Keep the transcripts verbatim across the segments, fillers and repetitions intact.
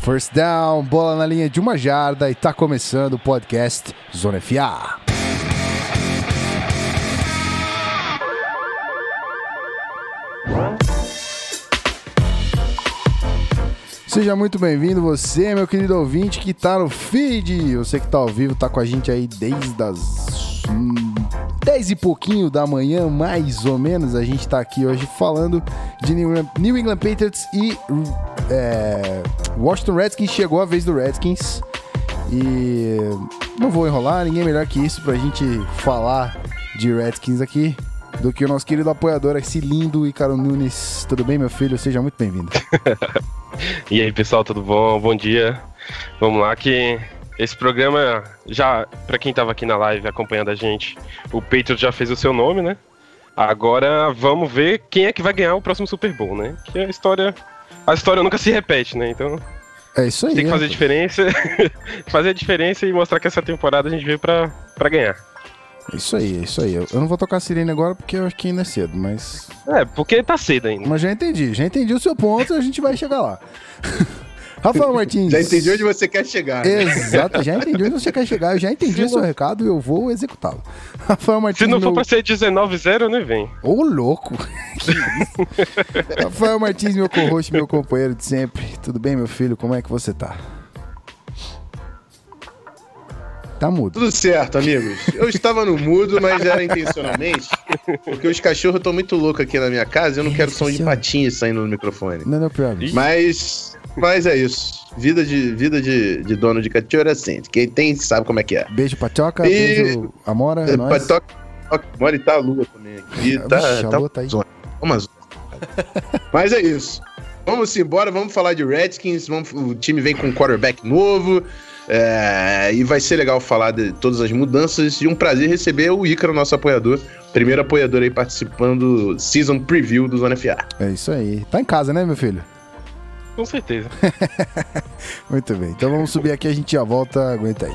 First down, bola na linha de uma jarda e tá começando o podcast Zona F A. Seja muito bem-vindo você, meu querido ouvinte que tá no feed. Você que tá ao vivo, tá com a gente aí desde as hum, dez e pouquinho da manhã, mais ou menos. A gente tá aqui hoje falando de New England, New England Patriots e é, Washington Redskins. Chegou a vez do Redskins e não vou enrolar, ninguém melhor que isso pra gente falar de Redskins aqui do que o nosso querido apoiador, esse lindo Ícaro Nunes. Tudo bem, meu filho? Seja muito bem-vindo. E aí, pessoal, tudo bom? Bom dia. Vamos lá que esse programa, já pra quem tava aqui na live acompanhando a gente, o Patriots já fez o seu nome, né? Agora vamos ver quem é que vai ganhar o próximo Super Bowl, né? Que a história, a história nunca se repete, né? Então é isso aí. Tem que fazer é. a diferença, fazer a diferença e mostrar que essa temporada a gente veio pra, pra ganhar. É isso aí, é isso aí. Eu não vou tocar a sirene agora porque eu acho que ainda é cedo, mas... É, porque tá cedo ainda. Mas já entendi, já entendi o seu ponto e a gente vai chegar lá. Rafael Martins. Já entendi onde você quer chegar. Exato, já entendi onde você quer chegar, eu já entendi o seu recado e eu vou executá-lo. Rafael Martins. Se não for meu... pra ser dezenove a zero, nem vem. Ô, louco! Que isso? Rafael Martins, meu co-host, meu companheiro de sempre. Tudo bem, meu filho? Como é que você tá? Tá mudo. Tudo certo, amigos. Eu estava no mudo, mas era intencionalmente, porque os cachorros estão muito loucos aqui na minha casa e eu não quero som de patinhas saindo no microfone. Não, não, pior. Mas, mas é isso. Vida de, vida de, de dono de cachorro é assim. Quem tem sabe como é que é. Beijo, Patioca. E... Beijo, Amora. É nóis. Patioca. Mora e tá a lua também aqui. Tá, Vixe, tá, a lua tá aí. Vamos. Mas é isso. Vamos embora, vamos falar de Redskins. Vamos, o time vem com um quarterback novo. É, e vai ser legal falar de todas as mudanças e um prazer receber o Ícaro, nosso apoiador, primeiro apoiador aí participando do Season Preview do Zona F A. É isso aí. Tá em casa, né, meu filho? Com certeza. Muito bem. Então vamos subir aqui, a gente já volta. Aguenta aí.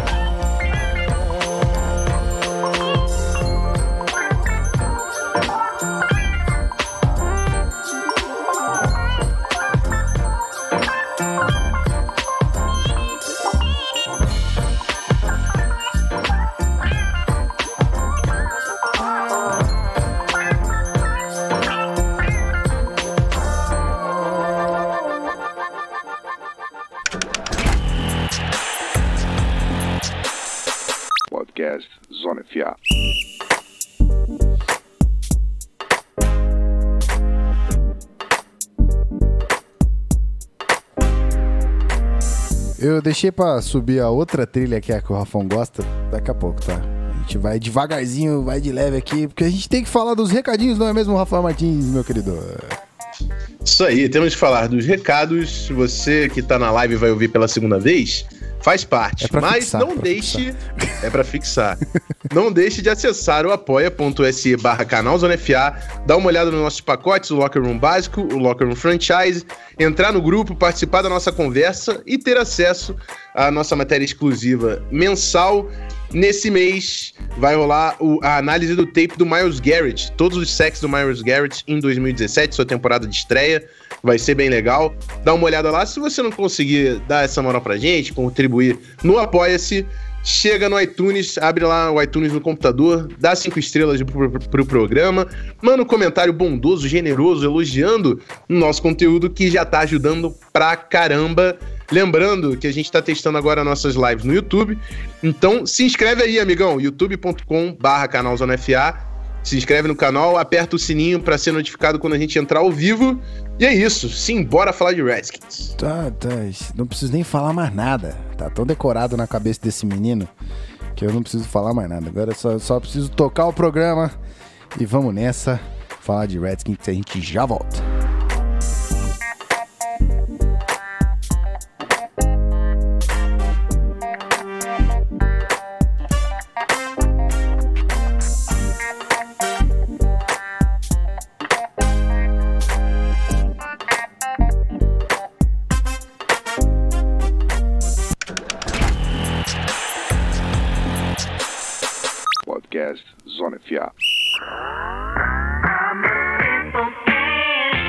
Zona F A. Eu deixei pra subir a outra trilha que é a que o Rafão gosta daqui a pouco, tá? A gente vai devagarzinho, vai de leve aqui, porque a gente tem que falar dos recadinhos, não é mesmo, Rafael Martins, meu querido? Isso aí, temos que falar dos recados. Você que tá na live e vai ouvir pela segunda vez, faz parte, é mas fixar, não deixe... Fixar. É pra fixar. Não deixe de acessar o apoia.se barra canal Zona F A, dar uma olhada nos nossos pacotes, o Locker Room Básico, o Locker Room Franchise, entrar no grupo, participar da nossa conversa e ter acesso à nossa matéria exclusiva mensal. Nesse mês vai rolar o, a análise do tape do Myles Garrett, todos os sacks do Myles Garrett em dois mil e dezessete, sua temporada de estreia, vai ser bem legal. Dá uma olhada lá, se você não conseguir dar essa moral pra gente, contribuir no Apoia-se, chega no iTunes, abre lá o iTunes no computador, dá cinco estrelas pro, pro, pro programa, manda um comentário bondoso, generoso, elogiando o nosso conteúdo que já tá ajudando pra caramba. Lembrando que a gente tá testando agora nossas lives no YouTube, então se inscreve aí, amigão, youtube ponto com barra canal Zona F A, se inscreve no canal, aperta o sininho pra ser notificado quando a gente entrar ao vivo, e é isso, sim, bora falar de Redskins. Tá, tá, não preciso nem falar mais nada, tá tão decorado na cabeça desse menino que eu não preciso falar mais nada, agora só, só preciso tocar o programa e vamos nessa, falar de Redskins, a gente já volta. Zona F A.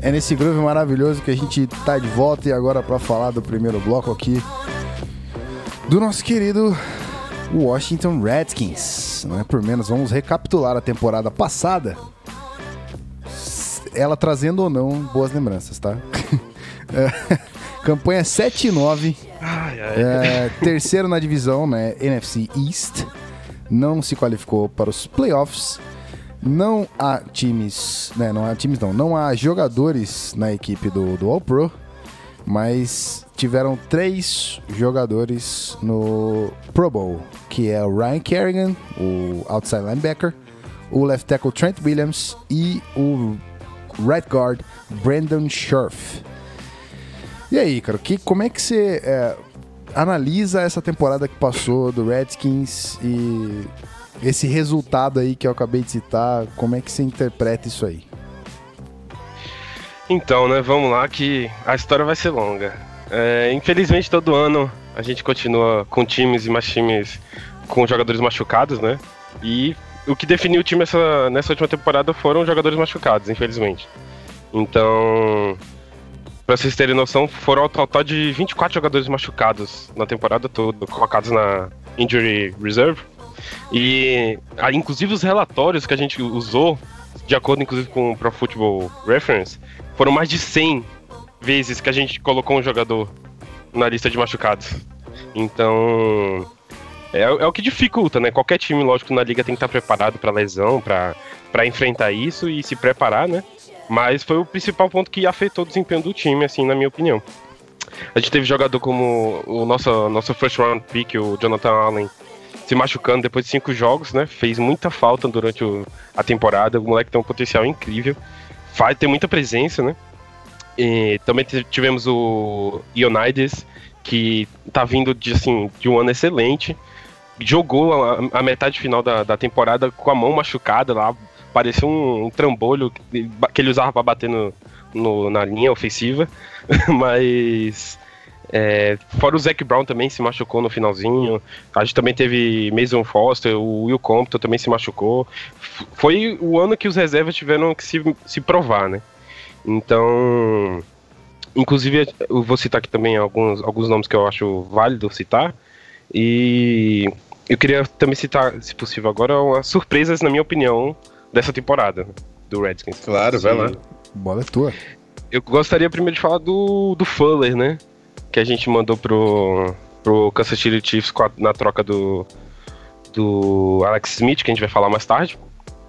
É nesse groove maravilhoso que a gente tá de volta e agora pra falar do primeiro bloco aqui do nosso querido Washington Redskins. Não é por menos, vamos recapitular a temporada passada, ela trazendo ou não boas lembranças, tá? É, campanha sete e nove, Ai, ai. é, terceiro na divisão, né? N F C East. Não se qualificou para os playoffs. Não há times, né? Não há times, não. Não há jogadores na equipe do, do All-Pro, mas tiveram três jogadores no Pro Bowl, que é o Ryan Kerrigan, o outside linebacker, o left tackle Trent Williams e o right guard Brandon Scherff. E aí, cara, que, como é que você é, analisa essa temporada que passou do Redskins e esse resultado aí que eu acabei de citar? Como é que você interpreta isso aí? Então, né, vamos lá que a história vai ser longa. É, infelizmente, todo ano a gente continua com times e mais times com jogadores machucados, né? E o que definiu o time essa, nessa última temporada foram jogadores machucados, infelizmente. Então, pra vocês terem noção, foram ao total de vinte e quatro jogadores machucados na temporada toda, colocados na Injury Reserve. E, inclusive, os relatórios que a gente usou, de acordo, inclusive, com o Pro Football Reference, foram mais de cem vezes que a gente colocou um jogador na lista de machucados. Então, é, é o que dificulta, né? Qualquer time, lógico, na liga tem que estar preparado para lesão, para enfrentar isso e se preparar, né? Mas foi o principal ponto que afetou o desempenho do time, assim, na minha opinião. A gente teve jogador como o nosso, nosso first round pick, o Jonathan Allen, se machucando depois de cinco jogos, né? Fez muita falta durante o, a temporada. O moleque tem um potencial incrível. Faz, tem muita presença, né? E também tivemos o Ioannidis, que tá vindo de, assim, de um ano excelente. Jogou a, a metade final da, da temporada com a mão machucada lá. Parecia um, um trambolho que, que ele usava para bater no, no, na linha ofensiva. Mas... É, fora o Zac Brown também se machucou no finalzinho. A gente também teve Mason Foster, o Will Compton também se machucou. Foi o ano que os reservas tiveram que se, se provar, né? Então, inclusive eu vou citar aqui também alguns, alguns nomes que eu acho válido citar. E eu queria também citar, se possível agora, umas surpresas, na minha opinião, dessa temporada do Redskins. Claro, vai lá. Bola é tua. Eu gostaria primeiro de falar do, do Fuller, né? Que a gente mandou pro, pro Kansas City Chiefs na troca do, do Alex Smith, que a gente vai falar mais tarde.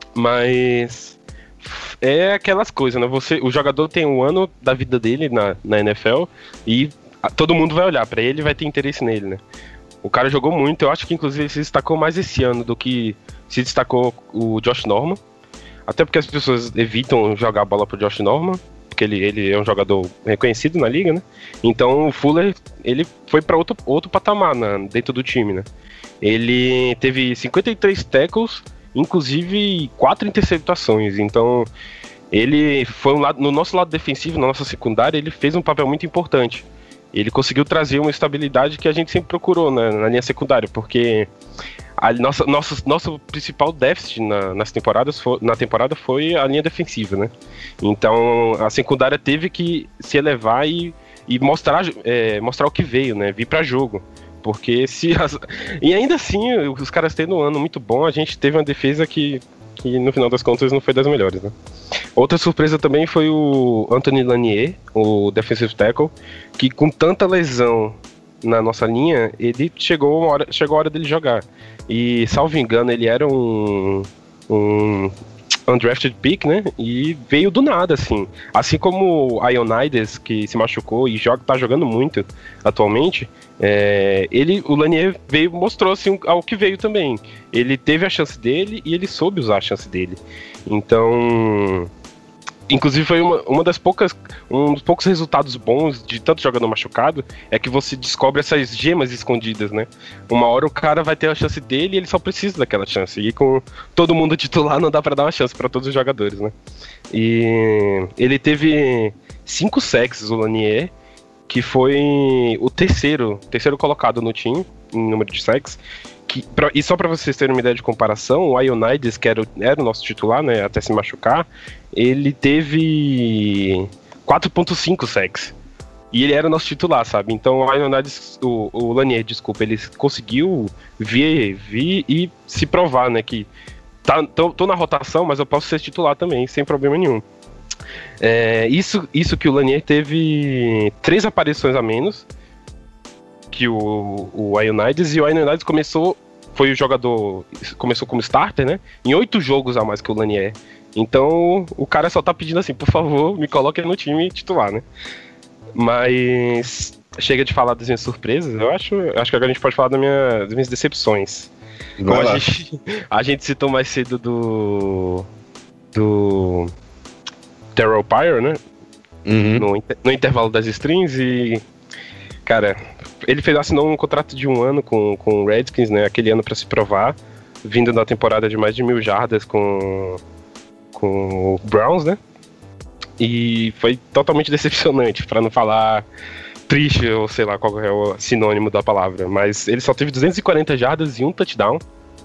Mas é aquelas coisas, né? Você, o jogador tem um ano da vida dele na, na N F L e todo mundo vai olhar pra ele e vai ter interesse nele, né? O cara jogou muito, eu acho que inclusive ele se destacou mais esse ano do que se destacou o Josh Norman. Até porque as pessoas evitam jogar a bola pro Josh Norman, porque ele, ele é um jogador reconhecido na liga, né? Então o Fuller, ele foi para outro, outro patamar na, dentro do time, né? Ele teve cinquenta e três tackles, inclusive quatro interceptações. Então ele foi um lado, no nosso lado defensivo, na nossa secundária, ele fez um papel muito importante. Ele conseguiu trazer uma estabilidade que a gente sempre procurou, né, na linha secundária, porque a nossa, nosso, nosso principal déficit na, nas temporadas foi, na temporada foi a linha defensiva, né? Então a secundária teve que se elevar e, e mostrar, é, mostrar o que veio, né? Vir para jogo. Porque se as... E ainda assim, os caras tendo um ano muito bom, a gente teve uma defesa que, que no final das contas não foi das melhores, né? Outra surpresa também foi o Anthony Lanier, o defensive tackle, que com tanta lesão na nossa linha, ele chegou, uma hora, chegou a hora dele jogar. E, salvo engano, ele era um, um undrafted pick, né? E veio do nada, assim. Assim como o Ioannidis, que se machucou e joga, tá jogando muito atualmente, é, ele, o Lanier veio, mostrou assim, ao que veio também. Ele teve a chance dele e ele soube usar a chance dele. Então... Inclusive foi uma, uma das poucas, um dos poucos resultados bons de tanto jogador machucado é que você descobre essas gemas escondidas, né? Uma hora o cara vai ter a chance dele e ele só precisa daquela chance. E com todo mundo titular não dá pra dar uma chance pra todos os jogadores, né? E ele teve cinco sacks, o Lanier, que foi o terceiro, terceiro colocado no time em número de sacks. Que, pra, e só para vocês terem uma ideia de comparação, o Ioannidis, que era o, era o nosso titular, né, até se machucar, ele teve quatro ponto cinco sacks. E ele era o nosso titular, sabe? Então o Ioannidis, o, o Lanier, desculpa, ele conseguiu vir, vir e se provar, né? Que tá, tô, tô na rotação, mas eu posso ser titular também, sem problema nenhum. É, isso, isso que o Lanier teve três aparições a menos que o, o Ioannidis, e o Ioannidis começou, foi o jogador, começou como starter, né? Em oito jogos a mais que o Lanier. Então o cara só tá pedindo assim, por favor, me coloque no time titular, né? Mas chega de falar das minhas surpresas, eu acho, eu acho que agora a gente pode falar da minha, das minhas decepções. Como a gente, a gente citou mais cedo do do Terrell Pryor, né? Uhum. No, no intervalo das strings, e cara, ele fez, assinou um contrato de um ano com, com o Redskins, né? Aquele ano pra se provar, vindo da temporada de mais de mil jardas com, com o Browns, né? E foi totalmente decepcionante, pra não falar triste, ou sei lá qual é o sinônimo da palavra. Mas ele só teve duzentas e quarenta jardas e um touchdown.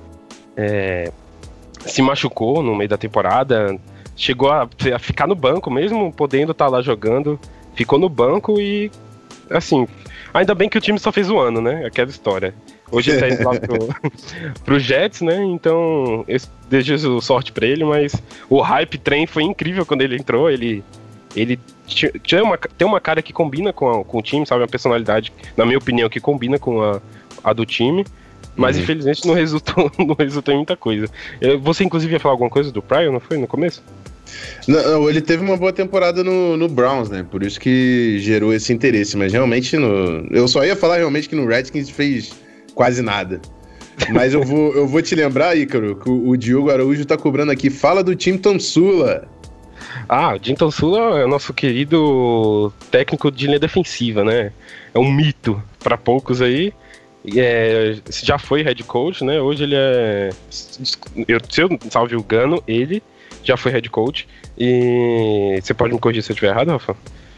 É, se machucou no meio da temporada, chegou a, a ficar no banco mesmo, podendo estar lá jogando. Ficou no banco e, assim, ainda bem que o time só fez um ano, né? Aquela história. Hoje ele tá indo lá pro, pro Jets, né? Então, eu desejo sorte pra ele, mas o hype train foi incrível quando ele entrou. Ele, ele tinha uma, tem uma cara que combina com, a, com o time, sabe? Uma personalidade, na minha opinião, que combina com a, a do time. Mas, uhum. infelizmente, não resultou, não resultou em muita coisa. Você, inclusive, ia falar alguma coisa do Pryor, não foi? No começo? Não, ele teve uma boa temporada no, no Browns, né? Por isso que gerou esse interesse. Mas, realmente, no, eu só ia falar realmente que no Redskins fez quase nada. Mas eu vou, eu vou te lembrar, Ícaro, que o, o Diogo Araújo tá cobrando aqui. Fala do Jim Tomsula. Ah, o Jim Tomsula é o nosso querido técnico de linha defensiva, né? É um mito para poucos aí. É, já foi head coach, né? Hoje ele é... Eu, se eu salve o Gano, ele já foi head coach. E você pode me corrigir se eu estiver errado, Rafa?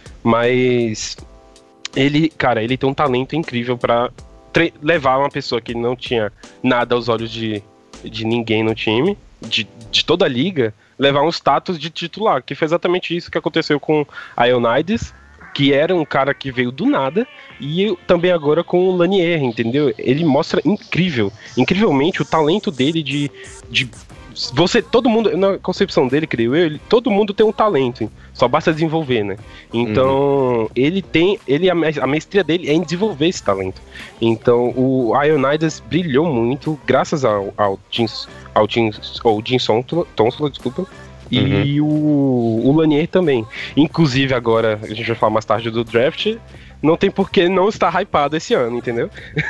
Mas ele, cara, ele tem um talento incrível para levar uma pessoa que não tinha nada aos olhos de, de ninguém no time, de, de toda a liga, levar um status de titular, que foi exatamente isso que aconteceu com Ioannidis, que era um cara que veio do nada, e também agora com o Lanier, entendeu? Ele mostra incrível, incrivelmente o talento dele de... de você, todo mundo, na concepção dele, creio eu, ele, todo mundo tem um talento, só basta desenvolver, né? Então, uhum. ele tem, ele, a mestria dele é em desenvolver esse talento. Então, o Ioannidis brilhou muito, graças ao, ao Jim, ao Jim, ao Jim Tomsula, desculpa, e uhum. o, o Lanier também. Inclusive, agora, a gente vai falar mais tarde do draft, não tem por que não estar hypado esse ano, entendeu?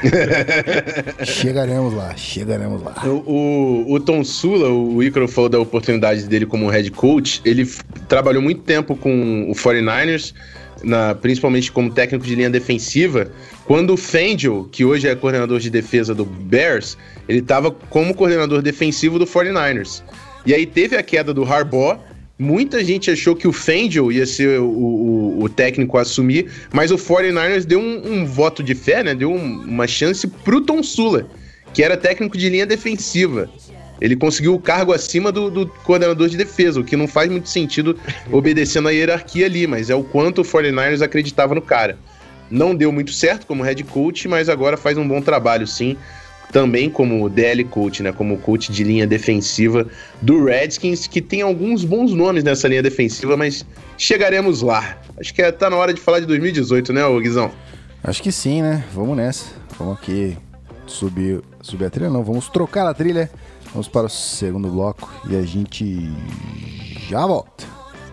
Chegaremos lá, chegaremos lá. O, o, o Tomsula, o Ícaro falou da oportunidade dele como head coach, ele f- trabalhou muito tempo com o forty-niners, na, principalmente como técnico de linha defensiva, quando o Fangio, que hoje é coordenador de defesa do Bears, ele estava como coordenador defensivo do forty-niners. E aí teve a queda do Harbaugh. Muita gente achou que o Fangio ia ser o, o, o técnico a assumir, mas o forty-niners deu um, um voto de fé, né? Deu um, uma chance pro Tomsula, que era técnico de linha defensiva. Ele conseguiu o cargo acima do, do coordenador de defesa, o que não faz muito sentido obedecendo a hierarquia ali, mas é o quanto o forty-niners acreditava no cara. Não deu muito certo como head coach, mas agora faz um bom trabalho, sim. Também como D L coach, né? Como coach de linha defensiva do Redskins, que tem alguns bons nomes nessa linha defensiva, mas chegaremos lá. Acho que é, tá na hora de falar de dois mil e dezoito, né, ô Guizão? Acho que sim, né? Vamos nessa. Vamos aqui subir, subir a trilha, não. Vamos trocar a trilha. Vamos para o segundo bloco e a gente já volta.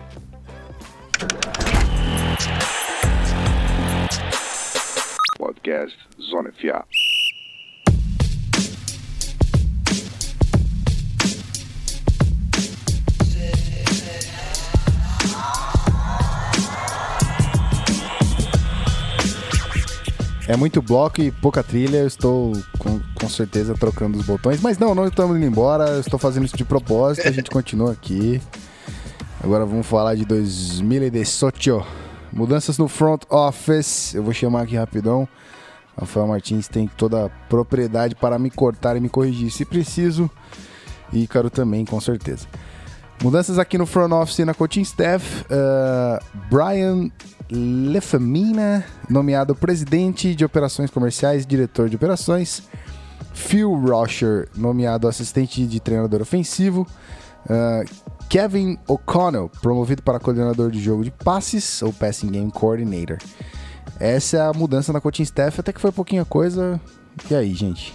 Podcast Zona F A. É muito bloco e pouca trilha, eu estou com, com certeza trocando os botões, mas não, não estamos indo embora, eu estou fazendo isso de propósito, a gente continua aqui. Agora vamos falar de dois mil e dezoito, mudanças no front office, eu vou chamar aqui rapidão. Rafael Martins tem toda a propriedade para me cortar e me corrigir se preciso, e Ícaro também, com certeza. Mudanças aqui no front office e na coaching staff. Uh, Brian Lefemina, nomeado presidente de operações comerciais e diretor de operações. Phil Rosher, nomeado assistente de treinador ofensivo. Uh, Kevin O'Connell, promovido para coordenador de jogo de passes, ou Passing Game Coordinator. Essa é a mudança na coaching staff, até que foi pouquinha coisa. E aí, gente?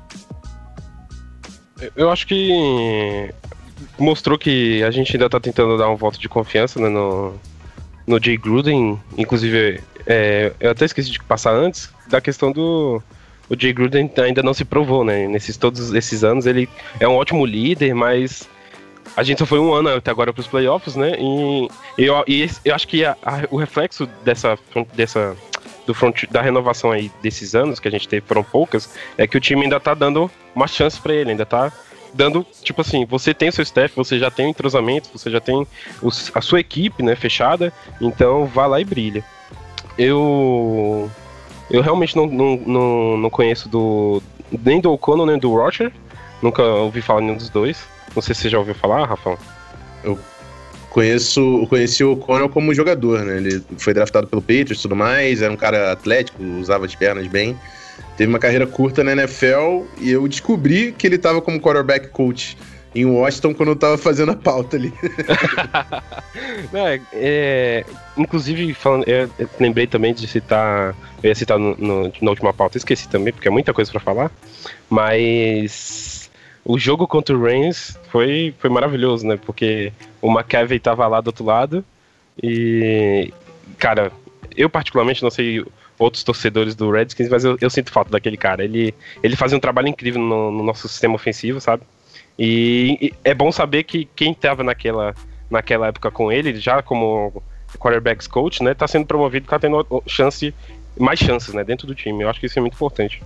Eu acho que mostrou que a gente ainda tá tentando dar um voto de confiança, né, no, no Jay Gruden. Inclusive, é, eu até esqueci de passar antes da questão do... O Jay Gruden ainda não se provou, né? Nesses todos esses anos, ele é um ótimo líder, mas a gente só foi um ano até agora para os playoffs, né? E eu, e eu acho que a, a, o reflexo dessa, dessa do front, da renovação aí desses anos que a gente teve, foram poucas, é que o time ainda tá dando uma chance para ele, ainda tá dando, tipo assim, você tem o seu staff, você já tem o entrosamento, você já tem os, a sua equipe, né, fechada, então vá lá e brilha. Eu... Eu realmente não, não, não, não conheço do, nem do O'Connell nem do Roger. Nunca ouvi falar nenhum dos dois. Não sei se você já ouviu falar, Rafael. Eu conheço, conheci o O'Connell como jogador, né? Ele foi draftado pelo Patriots e tudo mais, era um cara atlético, usava as pernas bem. Teve uma carreira curta na N F L e eu descobri que ele estava como quarterback coach em Washington quando eu tava fazendo a pauta ali. Não, é, é, inclusive, falando, eu lembrei também de citar, eu ia citar no, no, na última pauta, esqueci também, porque é muita coisa pra falar, mas o jogo contra o Rams foi, foi maravilhoso, né, porque o McCaffrey tava lá do outro lado e, cara, eu particularmente não sei outros torcedores do Redskins, mas eu, eu sinto falta daquele cara, ele, ele fazia um trabalho incrível no, no nosso sistema ofensivo, sabe? E é bom saber que quem estava naquela, naquela época com ele, já como quarterbacks coach, né, tá sendo promovido, tá tendo chance, mais chances, né, dentro do time. Eu acho que isso é muito importante.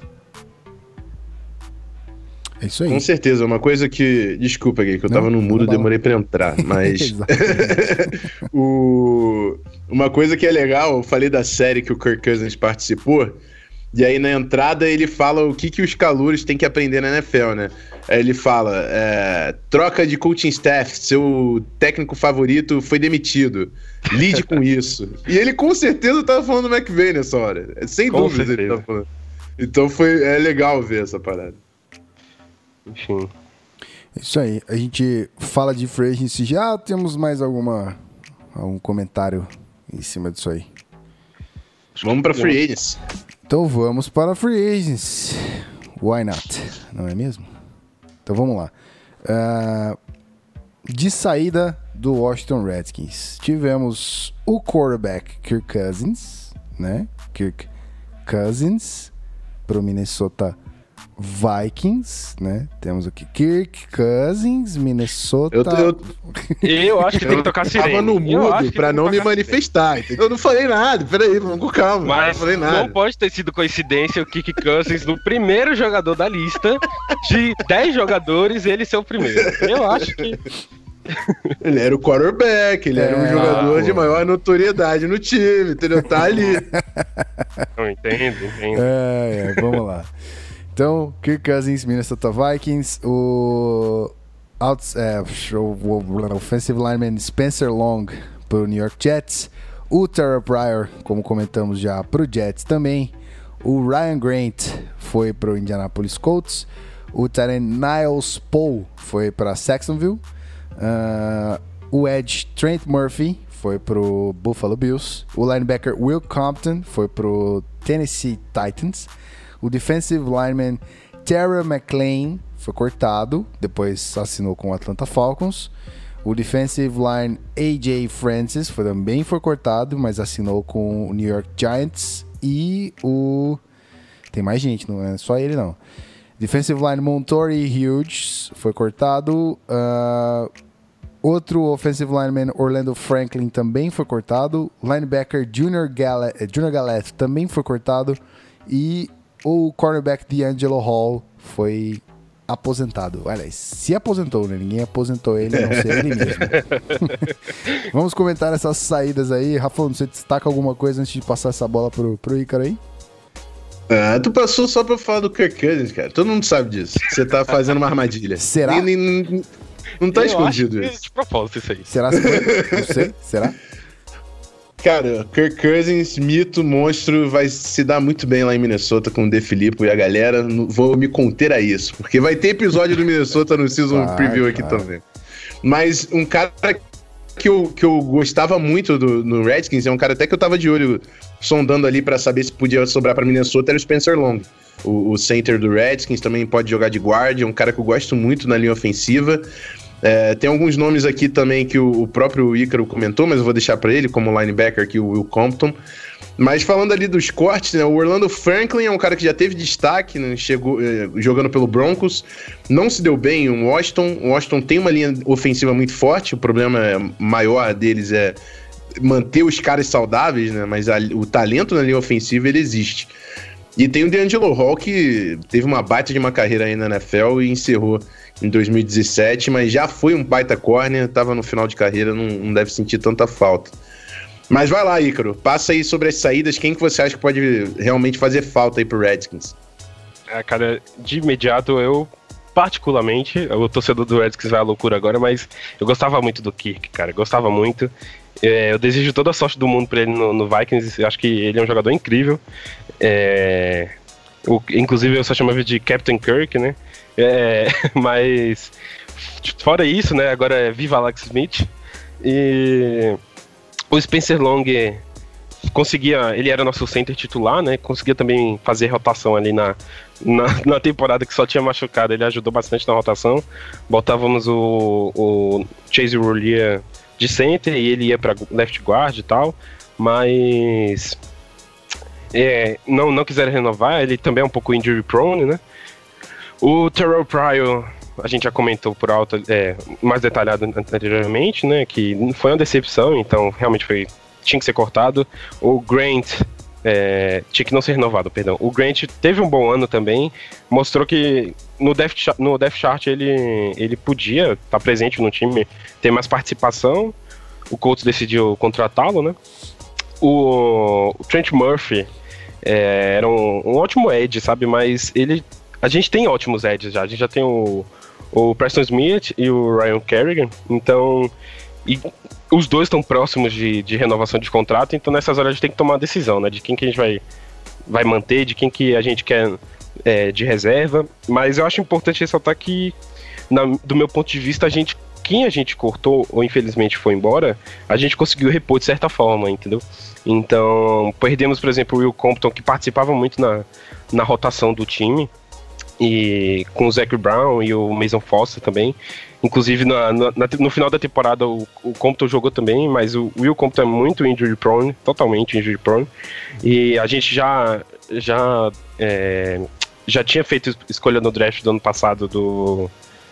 É isso aí. Com certeza, uma coisa que... Desculpa, Gui, que eu não, tava no mudo e demorei pra entrar, mas... o... Uma coisa que é legal, eu falei da série que o Kirk Cousins participou, e aí na entrada ele fala o que, que os calouros têm que aprender na N F L, né? Aí ele fala, é, troca de coaching staff, seu técnico favorito foi demitido, lide com isso. E ele com certeza tava falando do McVay nessa hora, sem com dúvida certeza. ele tava falando. Então foi, é legal ver essa parada. Enfim. Isso aí, a gente fala de free agency, já temos mais alguma, algum comentário em cima disso aí? Vamos pra free agency. Então vamos para free agency. Why not? Não é mesmo? Então vamos lá. Uh, de saída do Washington Redskins, tivemos o quarterback Kirk Cousins, né? Kirk Cousins para o Minnesota Vikings, né? Temos aqui Kirk Cousins, Minnesota. Eu, eu, eu acho que tem que tocar sirene. Eu tava no mudo pra não me manifestar. Eu não falei nada, peraí, vamos com calma. Mas não falei nada. Não pode ter sido coincidência o Kirk Cousins no primeiro jogador da lista de dez jogadores, ele ser o primeiro. Eu acho que... Ele era o quarterback, ele é, era um jogador ah, de maior notoriedade no time, entendeu? Tá ali. Não, entendo, entendo. É, é, vamos lá. Então, Kirk Cousins, Minnesota Vikings, o, outs, é, o, o offensive lineman Spencer Long para o New York Jets, o Terrell Pryor, como comentamos já, para o Jets também, o Ryan Grant foi para o Indianapolis Colts, o tight end Niles Poe foi para Saxonville, uh, o edge Trent Murphy foi para o Buffalo Bills, o linebacker Will Compton foi para o Tennessee Titans, o defensive lineman Terry McLean foi cortado, depois assinou com o Atlanta Falcons. O defensive line A J Francis foi, também foi cortado, mas assinou com o New York Giants. E o... Tem mais gente, não é só ele não. Defensive line Montorie Hughes foi cortado. Uh, outro offensive lineman Orlando Franklin também foi cortado. Linebacker Junior Galette, Junior Galette também foi cortado. E o cornerback D'Angelo Hall foi aposentado. Olha, se aposentou, né? Ninguém aposentou ele, a não ser ele mesmo. Vamos comentar essas saídas aí. Rafa, você destaca alguma coisa antes de passar essa bola pro, pro Ícaro aí? Ah, tu passou só pra falar do Kirk Cousins, cara. Todo mundo sabe disso. Você tá fazendo uma armadilha. Será? Nem, nem, Não tá Eu escondido acho que é isso. de propósito isso aí. Será? Não sei. Será? Cara, Kirk Cousins, mito, monstro, vai se dar muito bem lá em Minnesota com o De Filippo e a galera. Não- Vou me conter a isso, porque vai ter episódio do Minnesota no Season Vai, Preview aqui vai. também. Mas um cara que eu, que eu gostava muito do, no Redskins, é um cara até que eu tava de olho, sondando ali pra saber se podia sobrar pra Minnesota, era o Spencer Long. O, o center do Redskins também pode jogar de guard, é um cara que eu gosto muito na linha ofensiva. É, tem alguns nomes aqui também que o, o próprio Ícaro comentou, mas eu vou deixar pra ele, como linebacker aqui, o Will Compton. Mas falando ali dos cortes, né, o Orlando Franklin é um cara que já teve destaque, né, chegou eh, jogando pelo Broncos, não se deu bem em Washington. O Washington tem uma linha ofensiva muito forte, o problema maior deles é manter os caras saudáveis, né, mas a, o talento na linha ofensiva ele existe. E tem o DeAngelo Hall, que teve uma baita de uma carreira aí na N F L e encerrou em dois mil e dezessete, mas já foi um baita corner, tava no final de carreira, não, não deve sentir tanta falta. Mas vai lá, Ícaro, passa aí sobre as saídas, quem que você acha que pode realmente fazer falta aí pro Redskins? É, cara, de imediato eu, particularmente, o torcedor do Redskins vai à loucura agora, mas eu gostava muito do Kirk, cara, gostava muito. É, eu desejo toda a sorte do mundo pra ele no, no Vikings, eu acho que ele é um jogador incrível. É, o, inclusive eu só chamava de Captain Kirk, né? É, mas fora isso, né? Agora é viva Alex Smith. E o Spencer Long conseguia, ele era nosso center titular, né? Conseguia também fazer rotação ali na, na, na temporada que só tinha machucado. Ele ajudou bastante na rotação. Botávamos o, o Chase Roullier de center e ele ia para left guard e tal. Mas é, não, não quiseram renovar. Ele também é um pouco injury prone, né? O Terrell Pryor, a gente já comentou por alto, é, mais detalhado anteriormente, né, que foi uma decepção, então realmente foi, tinha que ser cortado. O Grant é, tinha que não ser renovado, perdão. O Grant teve um bom ano também, mostrou que no depth, chart, no depth chart ele, ele podia estar presente no time, ter mais participação. O Colts decidiu contratá-lo, né. O, o Trent Murphy é, era um, um ótimo edge, sabe, mas ele... A gente tem ótimos edges já, a gente já tem o, o Preston Smith e o Ryan Kerrigan, então e os dois estão próximos de, de renovação de contrato, então nessas horas a gente tem que tomar uma decisão, né, de quem que a gente vai, vai manter, de quem que a gente quer é, de reserva, mas eu acho importante ressaltar que, na, do meu ponto de vista, a gente, quem a gente cortou ou infelizmente foi embora, a gente conseguiu repor de certa forma, entendeu? Então, perdemos, por exemplo, o Will Compton, que participava muito na, na rotação do time, e com o Zach Brown e o Mason Foster também. Inclusive na, na, no final da temporada o, o Compton jogou também, mas o Will Compton é muito injury prone, totalmente injury prone, e a gente já já, é, já tinha feito escolha no draft do ano passado do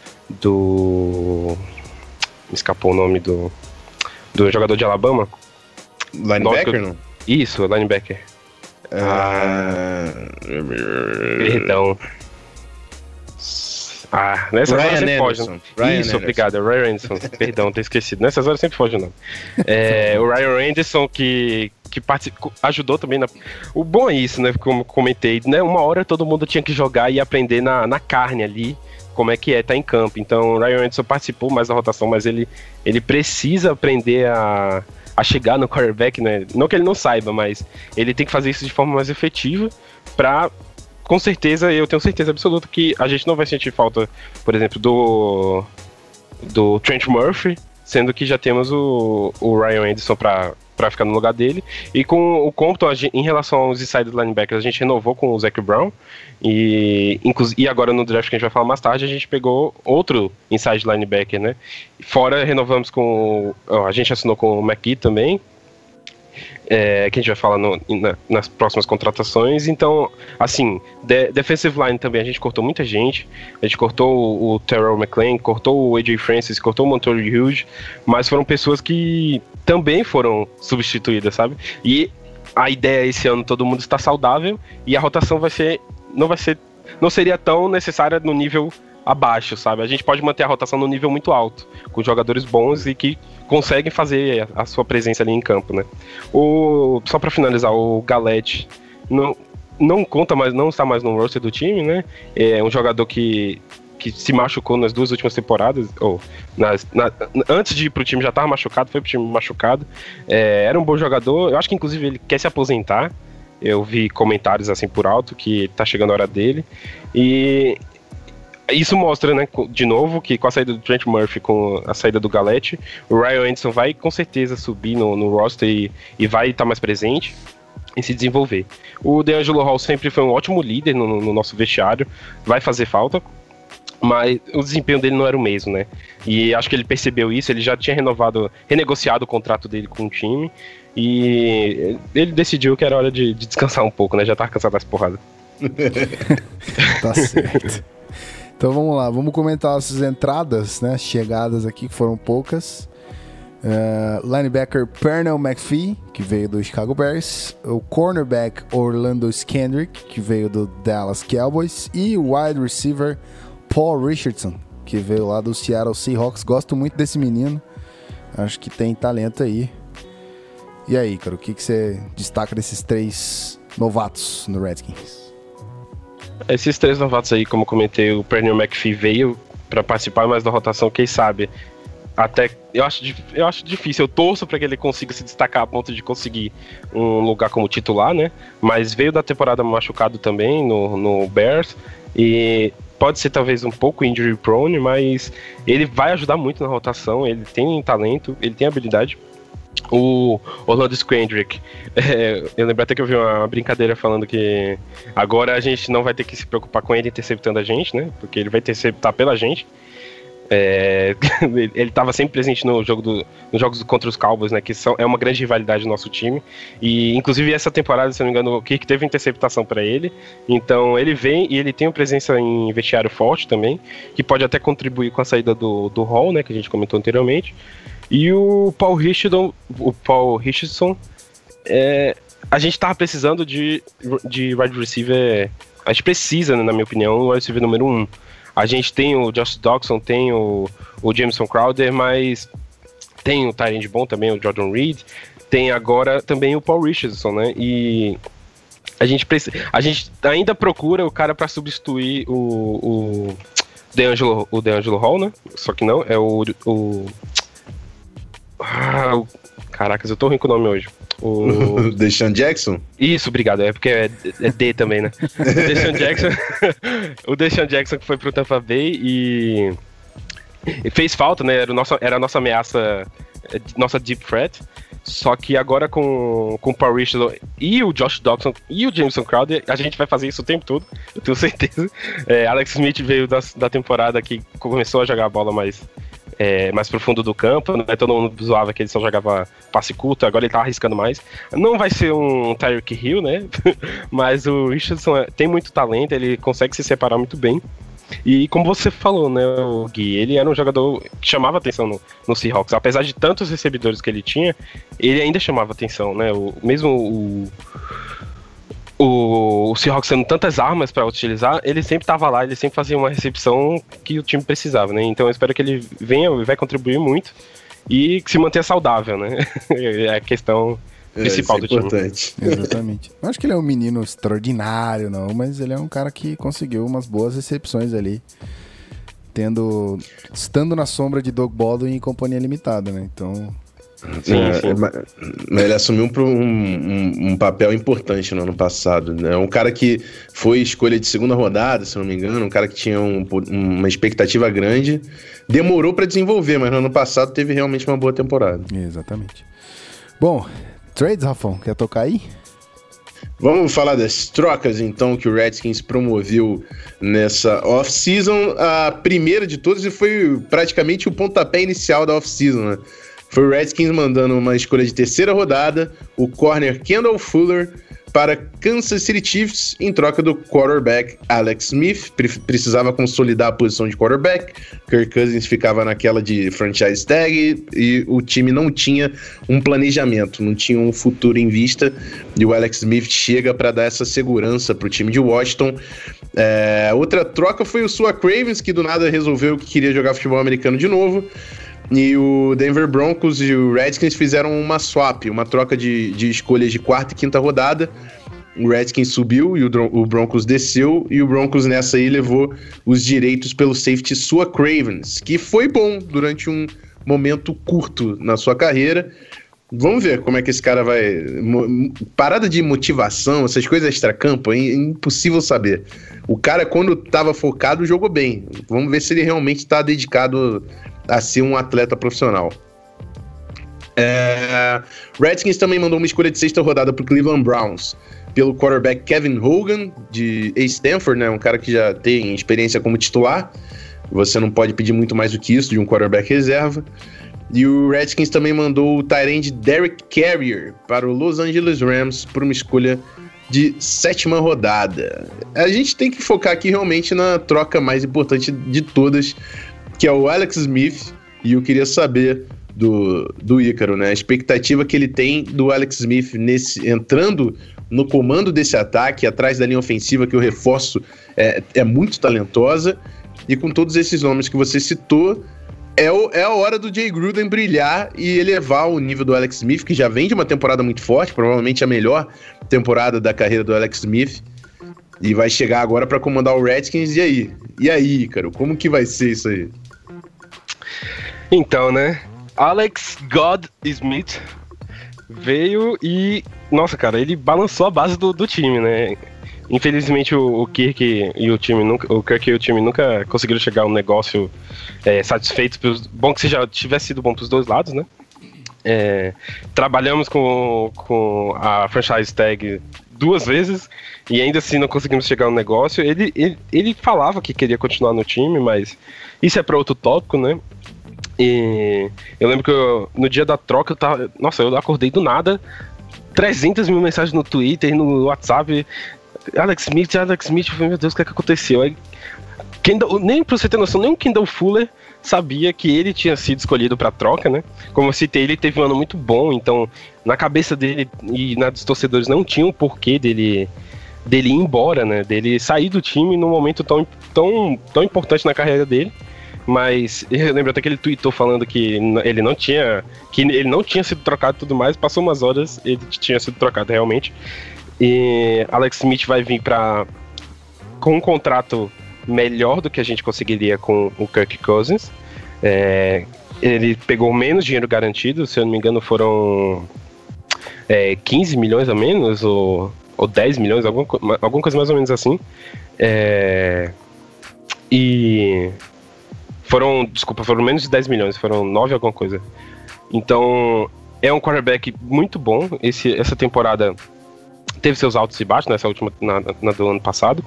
do me escapou o nome do do jogador de Alabama, Linebacker, Nossa, não? Isso, linebacker. Ah... Perdão. Ah, nessas Ryan horas sempre Anderson. foge. Ryan Isso, Anderson. obrigado. Ryan Anderson. Perdão, ter esquecido. Nessas horas sempre foge o nome. É, o Ryan Anderson que, que participou, ajudou também. Na... O bom é isso, né? Como comentei, né? Uma hora todo mundo tinha que jogar e aprender na, na carne ali como é que é, tá em campo. Então o Ryan Anderson participou mais da rotação, mas ele, ele precisa aprender a, a chegar no quarterback, né? Não que ele não saiba, mas ele tem que fazer isso de forma mais efetiva pra... Com certeza, eu tenho certeza absoluta que a gente não vai sentir falta, por exemplo, do do Trent Murphy, sendo que já temos o, o Ryan Anderson para ficar no lugar dele. E com o Compton, a gente, em relação aos inside linebackers, a gente renovou com o Zach Brown. E, e agora no draft que a gente vai falar mais tarde, a gente pegou outro inside linebacker, né? Fora, renovamos com... Ó, a gente assinou com o McKee também. É, que a gente vai falar no, na, nas próximas contratações. Então, assim, de, defensive line também, a gente cortou muita gente. A gente cortou o, o Terrell McClain, cortou o A J Francis, cortou o Montoya Hughes, mas foram pessoas que também foram substituídas, sabe? E a ideia esse ano, todo mundo está saudável e a rotação vai ser, não vai ser, não seria tão necessária no nível abaixo, sabe? A gente pode manter a rotação no nível muito alto, com jogadores bons e que conseguem fazer a, a sua presença ali em campo, né? O, só para finalizar, o Galete não, não conta mais, não está mais no roster do time, né? É um jogador que, que se machucou nas duas últimas temporadas, ou nas, na, antes de ir pro time já tava machucado, foi pro time machucado. É, era um bom jogador, eu acho que inclusive ele quer se aposentar. Eu vi comentários assim por alto que tá chegando a hora dele. E isso mostra, né, de novo, que com a saída do Trent Murphy, com a saída do Galette, o Ryan Anderson vai com certeza subir no, no roster e, e vai estar mais presente e se desenvolver. O DeAngelo Hall sempre foi um ótimo líder no, no nosso vestiário, vai fazer falta, mas o desempenho dele não era o mesmo, né? E acho que ele percebeu isso, ele já tinha renovado, renegociado o contrato dele com o time, e ele decidiu que era hora de, de descansar um pouco, né? Já tava cansado das porradas. Tá certo. Então vamos lá, vamos comentar essas entradas, né? Chegadas aqui, que foram poucas. Uh, linebacker Pernell McPhee, que veio do Chicago Bears. O cornerback Orlando Scandrick, que veio do Dallas Cowboys. E o wide receiver Paul Richardson, que veio lá do Seattle Seahawks. Gosto muito desse menino. Acho que tem talento aí. E aí, cara, o que, que você destaca desses três novatos no Redskins? Esses três novatos aí, como eu comentei, o Pernell McPhee veio para participar mais da rotação, quem sabe até, eu acho, eu acho difícil, eu torço para que ele consiga se destacar a ponto de conseguir um lugar como titular, né? Mas veio da temporada machucado também no, no Bears e pode ser talvez um pouco injury prone, mas ele vai ajudar muito na rotação, ele tem talento, ele tem habilidade. O Orlando Scandrick, é, eu lembro até que eu vi uma brincadeira falando que agora a gente não vai ter que se preocupar com ele interceptando a gente, né? Porque ele vai interceptar pela gente. É, ele estava sempre presente no jogo do, nos jogos contra os Cowboys, né? Que são, é uma grande rivalidade do nosso time. E inclusive essa temporada, se não me engano, o Kirk teve interceptação para ele. Então ele vem e ele tem uma presença em vestiário forte também, que pode até contribuir com a saída do, do Hall, né? Que a gente comentou anteriormente. E o Paul Richardson, o Paul Richardson, é, a gente tava precisando de, de wide receiver, a gente precisa, né, na minha opinião, o wide receiver número um. A gente tem o Josh Doctson, tem o, o Jameson Crowder, mas tem o Tyrande bom também, o Jordan Reed, tem agora também o Paul Richardson, né, e a gente, precisa, a gente ainda procura o cara para substituir o, o, DeAngelo, o DeAngelo Hall, né, só que não, é o... o Ah, caracas, eu tô ruim com o nome hoje. O Deshaun Jackson? Isso, obrigado. É porque é, é D também, né? O Deshaun Jackson, o Deshaun Jackson que foi pro Tampa Bay e, e fez falta, né? Era, o nosso, era a nossa ameaça, nossa deep threat. Só que agora com, com o Paul Richardson e o Josh Doctson e o Jameson Crowder, a gente vai fazer isso o tempo todo, eu tenho certeza. É, Alex Smith veio da, da temporada que começou a jogar a bola mais... É, mais profundo do campo, né? Todo mundo zoava que ele só jogava passe curto, agora ele tá arriscando mais. Não vai ser um Tyreek Hill, né? Mas o Richardson tem muito talento, ele consegue se separar muito bem. E como você falou, né, o Gui, ele era um jogador que chamava atenção no, no Seahawks. Apesar de tantos recebedores que ele tinha, ele ainda chamava atenção, né? O, mesmo o... O, o Seahawks tendo tantas armas para utilizar, ele sempre estava lá, ele sempre fazia uma recepção que o time precisava, né? Então eu espero que ele venha e vai contribuir muito e que se mantenha saudável, né? É a questão principal é, do importante. Time. Exatamente. Não acho que ele é um menino extraordinário, não, mas ele é um cara que conseguiu umas boas recepções ali, tendo, estando na sombra de Doug Baldwin em companhia limitada, né? Então... Sim, é, sim. Mas ele assumiu um, um, um papel importante no ano passado, né? Um cara que foi escolha de segunda rodada, se não me engano, um cara que tinha um, uma expectativa grande, demorou para desenvolver, mas no ano passado teve realmente uma boa temporada. Exatamente. Bom, trades, Rafão, quer tocar aí? Vamos falar das trocas, então, que o Redskins promoveu nessa off-season. A primeira de todas e foi praticamente o pontapé inicial da off-season, né? Foi o Redskins mandando uma escolha de terceira rodada, o corner Kendall Fuller, para Kansas City Chiefs, em troca do quarterback Alex Smith. Pre- precisava consolidar a posição de quarterback, Kirk Cousins ficava naquela de franchise tag, e o time não tinha um planejamento, não tinha um futuro em vista, e o Alex Smith chega para dar essa segurança para o time de Washington. É, outra troca foi o Sua Cravens, que do nada resolveu que queria jogar futebol americano de novo. E o Denver Broncos e o Redskins fizeram uma swap, uma troca de, de escolhas de quarta e quinta rodada o Redskins subiu e o, o Broncos desceu, e o Broncos nessa aí levou os direitos pelo safety Sua Cravens, que foi bom durante um momento curto na sua carreira. Vamos ver como é que esse cara vai... Parada de motivação, essas coisas extra-campo, é impossível saber. O cara, quando estava focado, jogou bem. Vamos ver se ele realmente está dedicado a ser um atleta profissional. É... Redskins também mandou uma escolha de sexta rodada para o Cleveland Browns, pelo quarterback Kevin Hogan, de Stanford, né? Um cara que já tem experiência como titular. Você não pode pedir muito mais do que isso de um quarterback reserva. E o Redskins também mandou o tight end Derek Carrier para o Los Angeles Rams por uma escolha de sétima rodada. A gente tem que focar aqui realmente na troca mais importante de todas, que é o Alex Smith. E eu queria saber do, do Ícaro, né? A expectativa que ele tem do Alex Smith nesse, entrando no comando desse ataque, atrás da linha ofensiva, que eu reforço, é, é muito talentosa. E com todos esses nomes que você citou, É, o, é a hora do Jay Gruden brilhar e elevar o nível do Alex Smith, que já vem de uma temporada muito forte, provavelmente a melhor temporada da carreira do Alex Smith, e vai chegar agora para comandar o Redskins. E aí? E aí, cara, como que vai ser isso aí? Então, né, Alex God Smith veio e, nossa, cara, ele balançou a base do, do time, né? Infelizmente o, o Kirk e o time nunca, o Kirk e o time nunca conseguiram chegar a um negócio é, satisfeito. Pros, bom que seja tivesse sido bom para os dois lados, né? É, trabalhamos com, com a franchise tag duas vezes e ainda assim não conseguimos chegar a um negócio. Ele, ele, ele falava que queria continuar no time, mas isso é para outro tópico, né? E eu lembro que eu, no dia da troca eu tava, nossa, eu acordei do nada, trezentas mil mensagens no Twitter, no WhatsApp. Alex Smith, Alex Smith, eu falei, meu Deus, o que é que aconteceu? Aí, Kendall, nem pra você ter noção, nem o Kendall Fuller sabia que ele tinha sido escolhido pra troca, né? Como eu citei, ele teve um ano muito bom, então na cabeça dele e na dos torcedores não tinha o porquê dele, dele ir embora, né? Dele sair do time num momento tão, tão, tão importante na carreira dele. Mas eu lembro até que ele tweetou falando que ele não tinha, que ele não tinha sido trocado e tudo mais. Passou umas horas, ele tinha sido trocado realmente. E Alex Smith vai vir para com um contrato melhor do que a gente conseguiria com o Kirk Cousins. É, ele pegou menos dinheiro garantido, se eu não me engano foram é, quinze milhões a menos, ou, ou dez milhões, alguma, alguma coisa mais ou menos assim. É, e foram, desculpa, foram menos de dez milhões, foram nove alguma coisa. Então é um quarterback muito bom. Esse, essa temporada teve seus altos e baixos, nessa última, na, na do ano passado.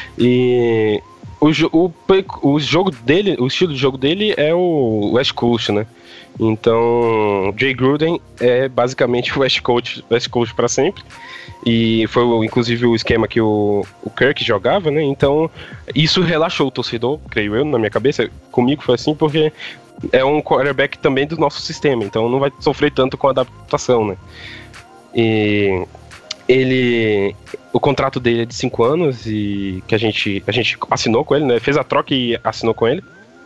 E o, o, o jogo dele, o estilo de jogo dele é o West Coast, né? Então, Jay Gruden é basicamente o West Coast, West Coast para sempre. E foi inclusive o esquema que o, o Kirk jogava, né? Então, isso relaxou o torcedor, creio eu, na minha cabeça. Comigo foi assim, porque é um quarterback também do nosso sistema, então não vai sofrer tanto com a adaptação, né? E ele, o contrato dele é de cinco anos e que a gente, a gente assinou com ele, né? Fez a troca e assinou com ele,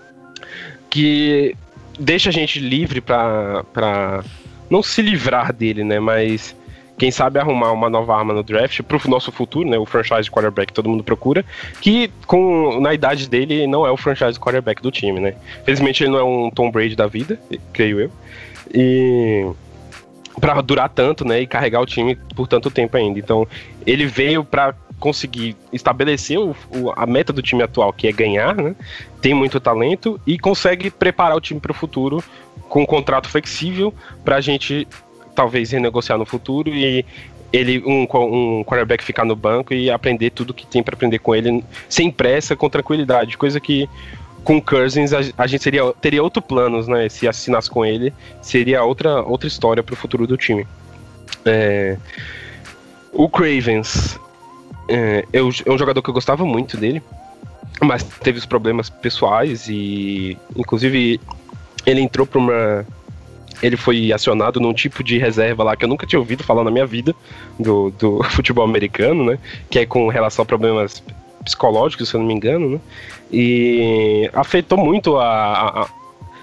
que deixa a gente livre pra, pra não se livrar dele, né? Mas quem sabe arrumar uma nova arma no draft pro nosso futuro, né? O franchise quarterback que todo mundo procura, que com, na idade dele não é o franchise quarterback do time, né? Felizmente ele não é um Tom Brady da vida, creio eu. E pra durar tanto, né, e carregar o time por tanto tempo ainda. Então, ele veio pra conseguir estabelecer o, o, a meta do time atual, que é ganhar, né, tem muito talento e consegue preparar o time para o futuro com um contrato flexível pra gente talvez renegociar no futuro e ele, um, um quarterback ficar no banco e aprender tudo que tem para aprender com ele sem pressa, com tranquilidade, coisa que com Cousins a, a gente seria, teria outros planos, né? Se assinasse com ele, seria outra, outra história para o futuro do time. É, o Cravens é, é um jogador que eu gostava muito dele, mas teve os problemas pessoais e, inclusive, ele entrou para uma... Ele foi acionado num tipo de reserva lá que eu nunca tinha ouvido falar na minha vida do, do futebol americano, né? Que é com relação a problemas psicológicos, se eu não me engano, né? E afetou muito a, a,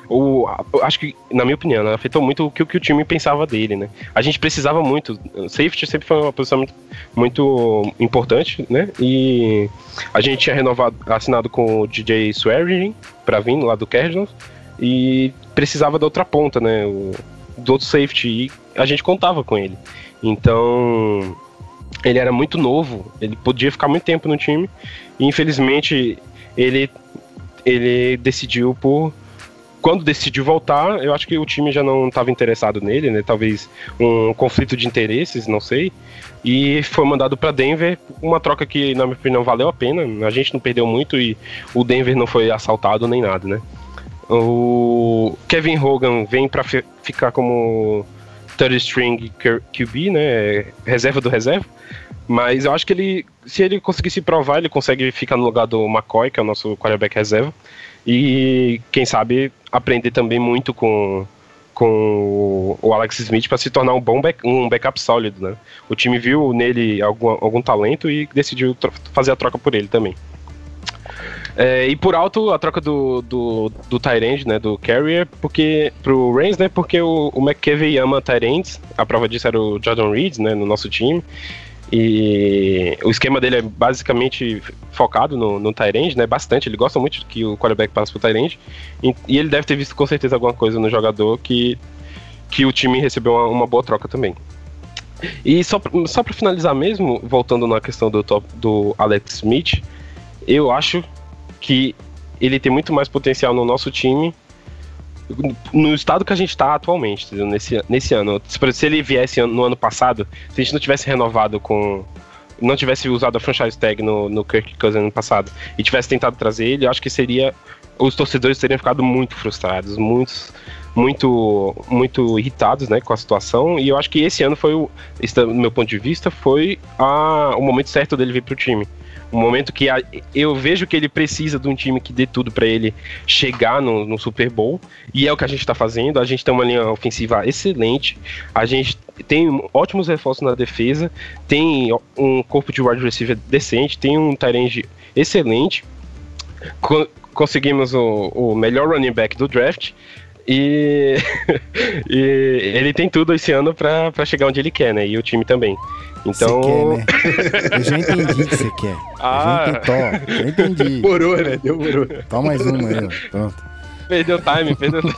o, acho que, na minha opinião, né, afetou muito o que, o que o time pensava dele, né? A gente precisava muito, safety sempre foi uma posição muito, muito importante, né? E a gente tinha renovado, assinado com o D J Swearingen pra vir lá do Cardinals e precisava da outra ponta, né? O, do outro safety, e a gente contava com ele. Então, ele era muito novo, ele podia ficar muito tempo no time e infelizmente ele, ele decidiu por... Quando decidiu voltar, eu acho que o time já não estava interessado nele, né? Talvez um conflito de interesses, não sei. E foi mandado para Denver, uma troca que, na minha opinião, valeu a pena. A gente não perdeu muito e o Denver não foi assaltado nem nada, né? O Kevin Hogan vem para fi- ficar como third string Q B, né? Reserva do reserva. Mas eu acho que ele, se ele conseguir se provar, ele consegue ficar no lugar do McCoy, que é o nosso quarterback reserva. E quem sabe aprender também muito com, com o Alex Smith para se tornar um bom back, um backup sólido, né? O time viu nele algum, algum talento e decidiu tro- fazer a troca por ele também. É, e por alto a troca do, do, do tight end, né, do Carrier, porque, pro Rams, né, porque o, o McKevey ama tight ends, a prova disso era o Jordan Reed, né, no nosso time. E o esquema dele é basicamente focado no, no tight end, né? Bastante, ele gosta muito que o quarterback passe pro tight end. E, e ele deve ter visto com certeza alguma coisa no jogador que, que o time recebeu uma, uma boa troca também. E só, só pra finalizar mesmo, voltando na questão do, top, do Alex Smith, eu acho que ele tem muito mais potencial no nosso time no estado que a gente está atualmente, entendeu? Nesse, nesse ano. Se ele viesse no ano passado, se a gente não tivesse renovado com... não tivesse usado a franchise tag no, no Kirk Cousins ano passado e tivesse tentado trazer ele, eu acho que seria... os torcedores teriam ficado muito frustrados, muitos, muito, muito irritados, né, com a situação, e eu acho que esse ano foi, o, do meu ponto de vista, foi a, o momento certo dele vir pro time. Um momento que a, eu vejo que ele precisa de um time que dê tudo para ele chegar no, no Super Bowl, e é o que a gente está fazendo. A gente tem uma linha ofensiva excelente, a gente tem ótimos reforços na defesa, tem um corpo de wide receiver decente, tem um tight end excelente, Co- conseguimos o, o melhor running back do draft, e, e ele tem tudo esse ano para chegar onde ele quer, né? E o time também. Então... Você quer, né? Eu já entendi o que você quer. Ah. Eu já entendi, já entendi. Demorou, né? Demorou. Toma mais uma aí, ó. Pronto. Perdeu time, perdeu time.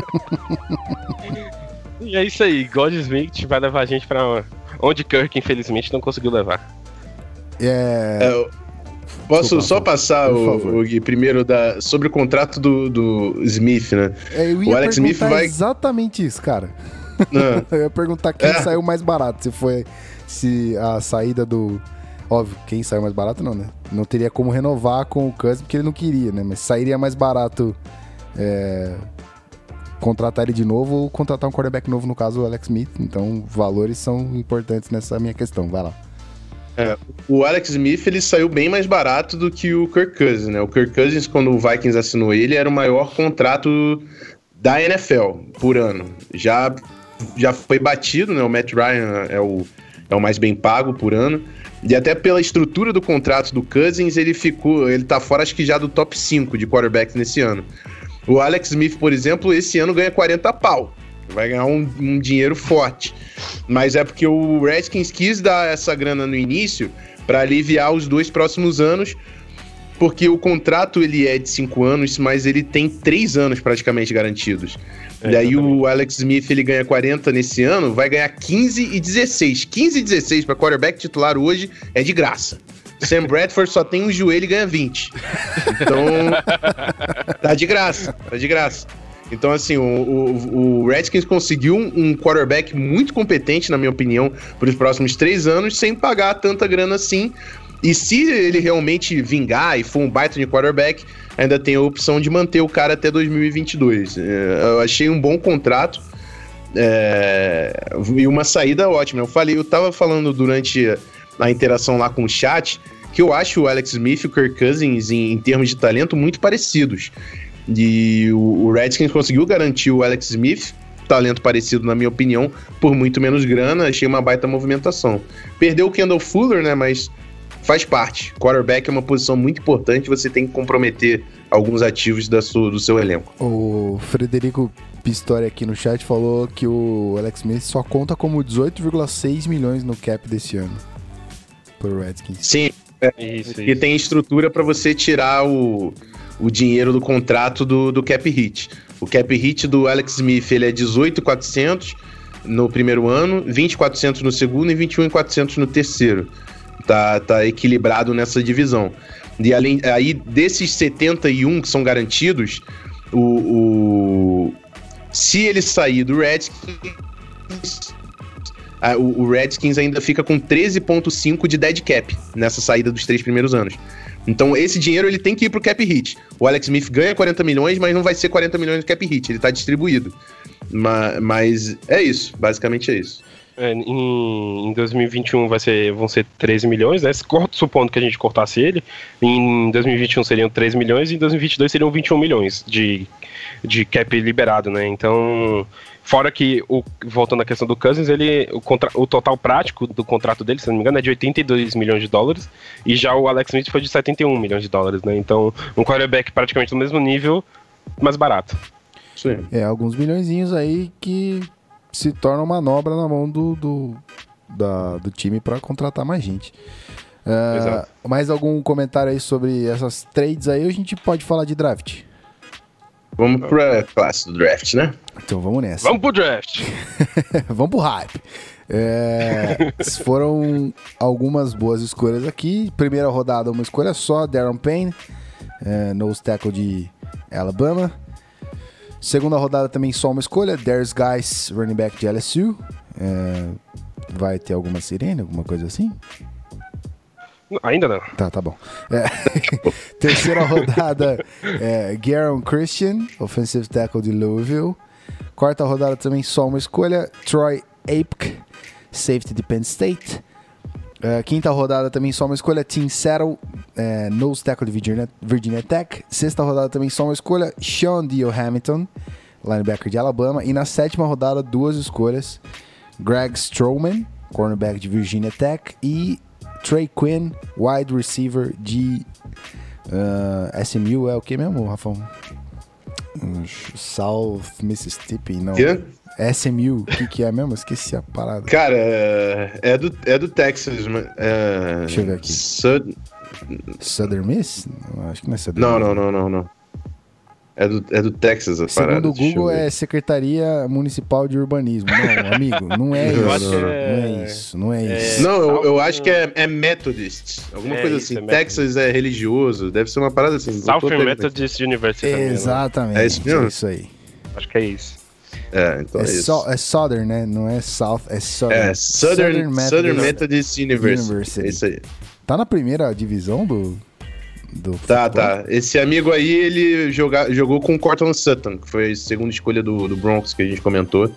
E é isso aí, God Smith vai levar a gente pra onde Kirk, infelizmente, não conseguiu levar. É... É, posso Desculpa, só passar por o, favor. o Gui, primeiro da, sobre o contrato do, do Smith, né? É, eu ia O Alex Smith perguntar vai- exatamente isso, cara. Ah, Eu ia perguntar quem É. saiu mais barato. Se foi se a saída do... Óbvio, quem saiu mais barato não, né? Não teria como renovar com o Cousins porque ele não queria, né? Mas sairia mais barato é, contratar ele de novo ou contratar um quarterback novo, no caso o Alex Smith. Então, valores são importantes nessa minha questão. Vai lá. o Alex Smith, ele saiu bem mais barato do que o Kirk Cousins, né? O Kirk Cousins, quando o Vikings assinou ele, era o maior contrato da N F L por ano. Já, já foi batido, né? O Matt Ryan é o, é o mais bem pago por ano. E até pela estrutura do contrato do Cousins, ele ficou, ele tá fora, acho que já do top cinco de quarterbacks nesse ano. O Alex Smith, por exemplo, esse ano ganha quarenta pau. Vai ganhar um, um dinheiro forte. Mas é porque o Redskins quis dar essa grana no início para aliviar os dois próximos anos, porque o contrato ele é de cinco anos, mas ele tem três anos praticamente garantidos. É, e aí exatamente. o Alex Smith ele ganha quarenta nesse ano, vai ganhar quinze e dezesseis. quinze e dezesseis para quarterback titular hoje é de graça. Sam Bradford só tem um joelho e ganha vinte. Então, tá de graça, tá de graça. Então, assim, o, o, o Redskins conseguiu um quarterback muito competente, na minha opinião, para os próximos três anos, sem pagar tanta grana assim. E se ele realmente vingar e for um baita de quarterback, ainda tem a opção de manter o cara até dois mil e vinte e dois. É, eu achei um bom contrato é, e uma saída ótima. Eu falei, eu tava falando durante a interação lá com o chat que eu acho o Alex Smith e o Kirk Cousins, em, em termos de talento, muito parecidos. E o, o Redskins conseguiu garantir o Alex Smith, talento parecido na minha opinião, por muito menos grana. Achei uma baita movimentação. Perdeu o Kendall Fuller, né, mas faz parte. Quarterback é uma posição muito importante, você tem que comprometer alguns ativos da sua, do seu elenco. O Frederico Pistori aqui no chat falou que o Alex Smith só conta como dezoito vírgula seis milhões no cap desse ano pro Redskins. Sim, é, Isso, e isso. tem estrutura para você tirar o, o dinheiro do contrato do, do cap hit. O cap hit do Alex Smith ele é dezoito mil e quatrocentos no primeiro ano, vinte mil e quatrocentos no segundo e vinte e um mil e quatrocentos no terceiro. Tá, tá equilibrado nessa divisão. E além, aí desses setenta e um que são garantidos, o, o se ele sair do Redskins, a, o, o Redskins ainda fica com treze vírgula cinco de dead cap nessa saída dos três primeiros anos. Então esse dinheiro ele tem que ir pro cap hit. O Alex Smith ganha quarenta milhões, mas não vai ser quarenta milhões de cap hit, ele tá distribuído. Mas, mas é isso, basicamente é isso. É, em, em dois mil e vinte e um vai ser, vão ser treze milhões, né? Supondo que a gente cortasse ele, em dois mil e vinte e um seriam três milhões e em dois mil e vinte e dois seriam vinte e um milhões de, de cap liberado, né? Então, fora que, o, voltando à questão do Cousins, ele, o, contra, o total prático do contrato dele, se não me engano, é de oitenta e dois milhões de dólares, e já o Alex Smith foi de setenta e um milhões de dólares, né? Então, um quarterback praticamente no mesmo nível, mais barato. Sim. É, alguns milhõezinhos aí que se torna uma manobra na mão do, do, da, do time para contratar mais gente. Uh, Exato. Mais algum comentário aí sobre essas trades aí? A gente pode falar de draft. Vamos pra classe do draft, né? Então vamos nessa. Vamos pro draft! Vamos pro hype. É, foram algumas boas escolhas aqui. Primeira rodada, uma escolha só, Darren Payne, é, nose tackle de Alabama. Segunda rodada também só uma escolha, Darius Guice, running back de L S U. É, vai ter alguma sirene, alguma coisa assim? Ainda não. Tá, tá bom. É, terceira rodada, é, Garon Christian, offensive tackle de Louisville. Quarta rodada também só uma escolha, Troy Apke, safety de Penn State. Uh, quinta rodada também só uma escolha, Tim Settle, é, nose tackle de Virginia, Virginia Tech. Sexta rodada também só uma escolha, Sean Dio Hamilton, linebacker de Alabama. E na sétima rodada, duas escolhas, Greg Stroman, cornerback de Virginia Tech, e Trey Quinn, wide receiver de uh, S M U. É o que mesmo, Rafão? South Mississippi, não. Que? S M U, o que, que é mesmo? Esqueci a parada. Cara, é, é, do, é do Texas, mas. É, Deixa eu ver aqui. Sud... Southern Miss? Não, acho que não é Southern Não, Miss. não, não, não, não. É do, é do Texas a parada. Segundo o deixa eu Google, ver. é Secretaria Municipal de Urbanismo. Não, amigo, não é Eu isso. acho que Não é- é isso, não é é- isso. Não, eu, eu South- acho que é, é Methodist. Alguma É coisa isso, assim. é Texas é religioso. Deve ser uma parada assim. não tô Southern tendo- Methodist University também, né? Exatamente. É isso mesmo? isso aí. Acho que é isso. É, então É, é, isso. so, é Southern, né? Não é South, é Southern. É, Southern, Southern Methodist University. University. É isso aí. Tá na primeira divisão do. do Tá, futebol? tá. Esse amigo aí, ele joga, jogou com o Cortland Sutton, que foi a segunda escolha do, do Broncos que a gente comentou.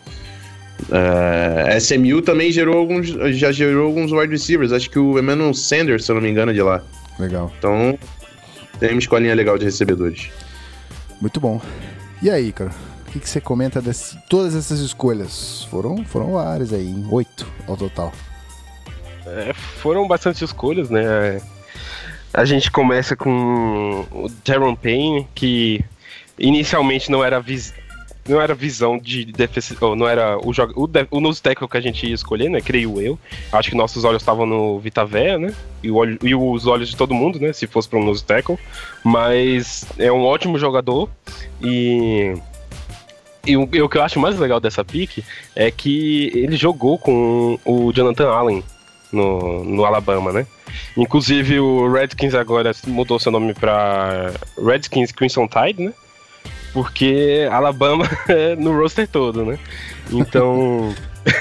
Uh, S M U também gerou alguns, já gerou alguns wide receivers. Acho que o Emmanuel Sanders, se eu não me engano, é de lá. Legal. Então, tem uma escolinha legal de recebedores. Muito bom. E aí, cara? O que, que você comenta de todas essas escolhas? Foram, foram várias aí, hein? Oito ao total. É, foram bastante escolhas, né? A gente começa com o Darren Payne, que inicialmente não era, vis... não era visão de defesa, ou não era o, jog... o, de... o nose tackle que a gente ia escolher, né? Creio eu. Acho que nossos olhos estavam no Vita Vea, né? E, o olho... e os olhos de todo mundo, né? Se fosse para um nose tackle. Mas é um ótimo jogador e. E o, o que eu acho mais legal dessa pick é que ele jogou com o Jonathan Allen no, no Alabama, né? Inclusive o Redskins agora mudou seu nome para Redskins Crimson Tide, né? Porque Alabama é no roster todo, né? Então,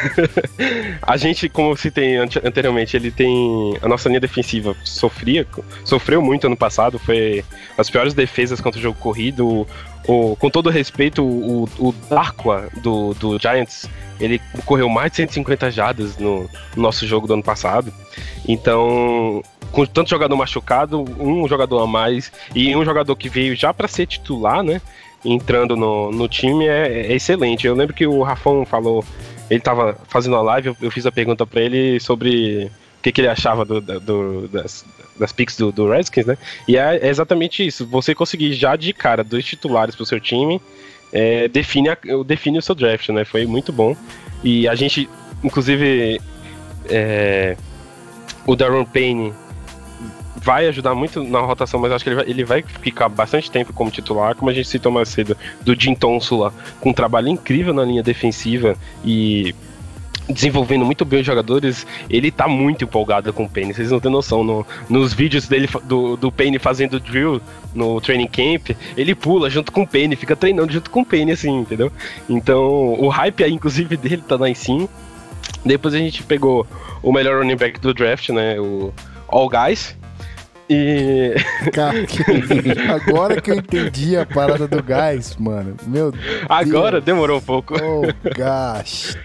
a gente, como eu citei anteriormente, ele tem... A nossa linha defensiva sofria, sofreu muito ano passado, foi as piores defesas contra o jogo corrido. O, com todo respeito, o, o Darkwa do, do Giants, ele correu mais de cento e cinquenta jardas no, no nosso jogo do ano passado. Então, com tanto jogador machucado, um jogador a mais e um jogador que veio já para ser titular, né? Entrando no, no time é, é excelente. Eu lembro que o Rafão falou, ele tava fazendo a live, eu, eu fiz a pergunta para ele sobre o que, que ele achava do, do, das, das picks do, do Redskins, né? E é, é exatamente isso. Você conseguir já de cara dois titulares pro seu time, é, define, a, define o seu draft, né? Foi muito bom. E a gente, inclusive, é, o Daron Payne vai ajudar muito na rotação, mas acho que ele vai, ele vai ficar bastante tempo como titular, como a gente citou mais cedo, do Jim Thompson lá, com um trabalho incrível na linha defensiva e desenvolvendo muito bem os jogadores. Ele tá muito empolgado com o Payne, vocês não têm noção. No, nos vídeos dele, do, do Payne fazendo drill no training camp, ele pula junto com o Payne, fica treinando junto com o Payne, assim, entendeu? Então, o hype aí, inclusive, dele tá lá em cima. Depois a gente pegou o melhor running back do draft, né, o All Guys. E... Cara, agora que eu entendi a parada do Guys, mano. Meu Deus. Agora demorou um pouco. Oh, gosh.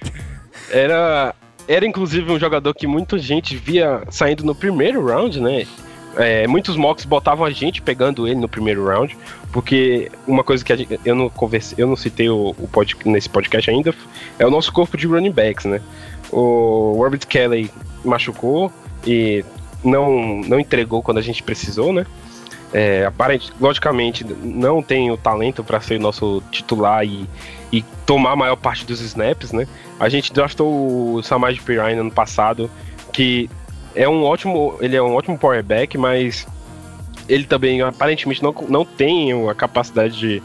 Era, era inclusive um jogador que muita gente via saindo no primeiro round, né? É, muitos mocks botavam a gente pegando ele no primeiro round, porque uma coisa que a gente, eu não conversei, eu não citei o, o pod, nesse podcast ainda, é o nosso corpo de running backs, né? O Robert Kelly machucou e não, não entregou quando a gente precisou, né? É, aparente, logicamente, não tem o talento para ser nosso titular e, e tomar a maior parte dos snaps, né? A gente draftou o Samaje Perine ano passado, que é um ótimo, ele é um ótimo powerback, mas ele também aparentemente não, não tem a capacidade de,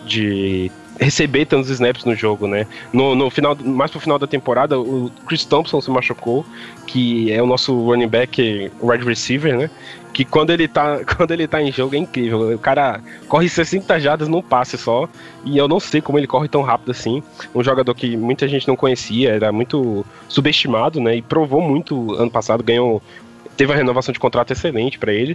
de receber tantos snaps no jogo, né? No, no final, mais pro final da temporada, o Chris Thompson se machucou, que é o nosso running back wide receiver, né? Que quando ele tá, quando ele tá em jogo é incrível. O cara corre sessenta jardas num passe só, e eu não sei como ele corre tão rápido assim. Um jogador que muita gente não conhecia, era muito subestimado, né? E provou muito ano passado, ganhou, teve uma renovação de contrato excelente para ele,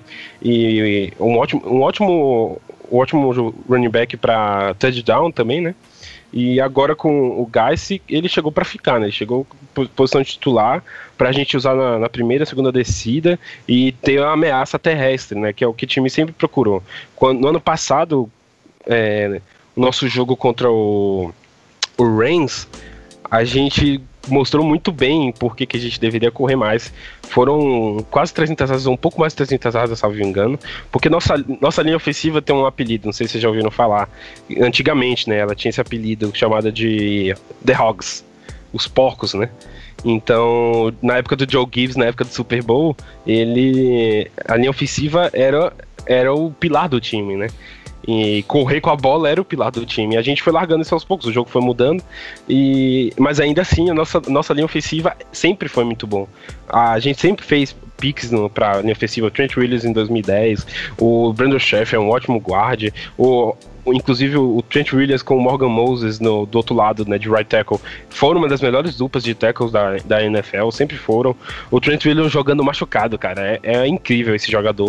e um ótimo, um ótimo, um ótimo running back para touchdown também, né? E agora com o Guice, ele chegou para ficar, né? Ele chegou em posição de titular pra gente usar na, na primeira, segunda descida e ter uma ameaça terrestre, né? Que é o que o time sempre procurou. Quando, no ano passado, é, o nosso jogo contra o, o Reigns, a gente mostrou muito bem por que, que a gente deveria correr mais. Foram quase trezentas jardas, um pouco mais de trezentas jardas, salvo engano, porque nossa, nossa linha ofensiva tem um apelido, não sei se vocês já ouviram falar. Antigamente, né, ela tinha esse apelido chamado de The Hogs, os porcos, né? Então, na época do Joe Gibbs, na época do Super Bowl, ele, a linha ofensiva era, era o pilar do time, né? E correr com a bola era o pilar do time. E a gente foi largando isso aos poucos, o jogo foi mudando. E, mas ainda assim, a nossa, nossa linha ofensiva sempre foi muito bom. A gente sempre fez picks no, pra linha ofensiva. O Trent Williams em dois mil e dez, o Brandon Scherf é um ótimo guard, o, o, inclusive o Trent Williams com o Morgan Moses no, do outro lado, né, de right tackle, foram uma das melhores duplas de tackles da, da N F L, sempre foram. O Trent Williams jogando machucado, cara, é, é incrível esse jogador.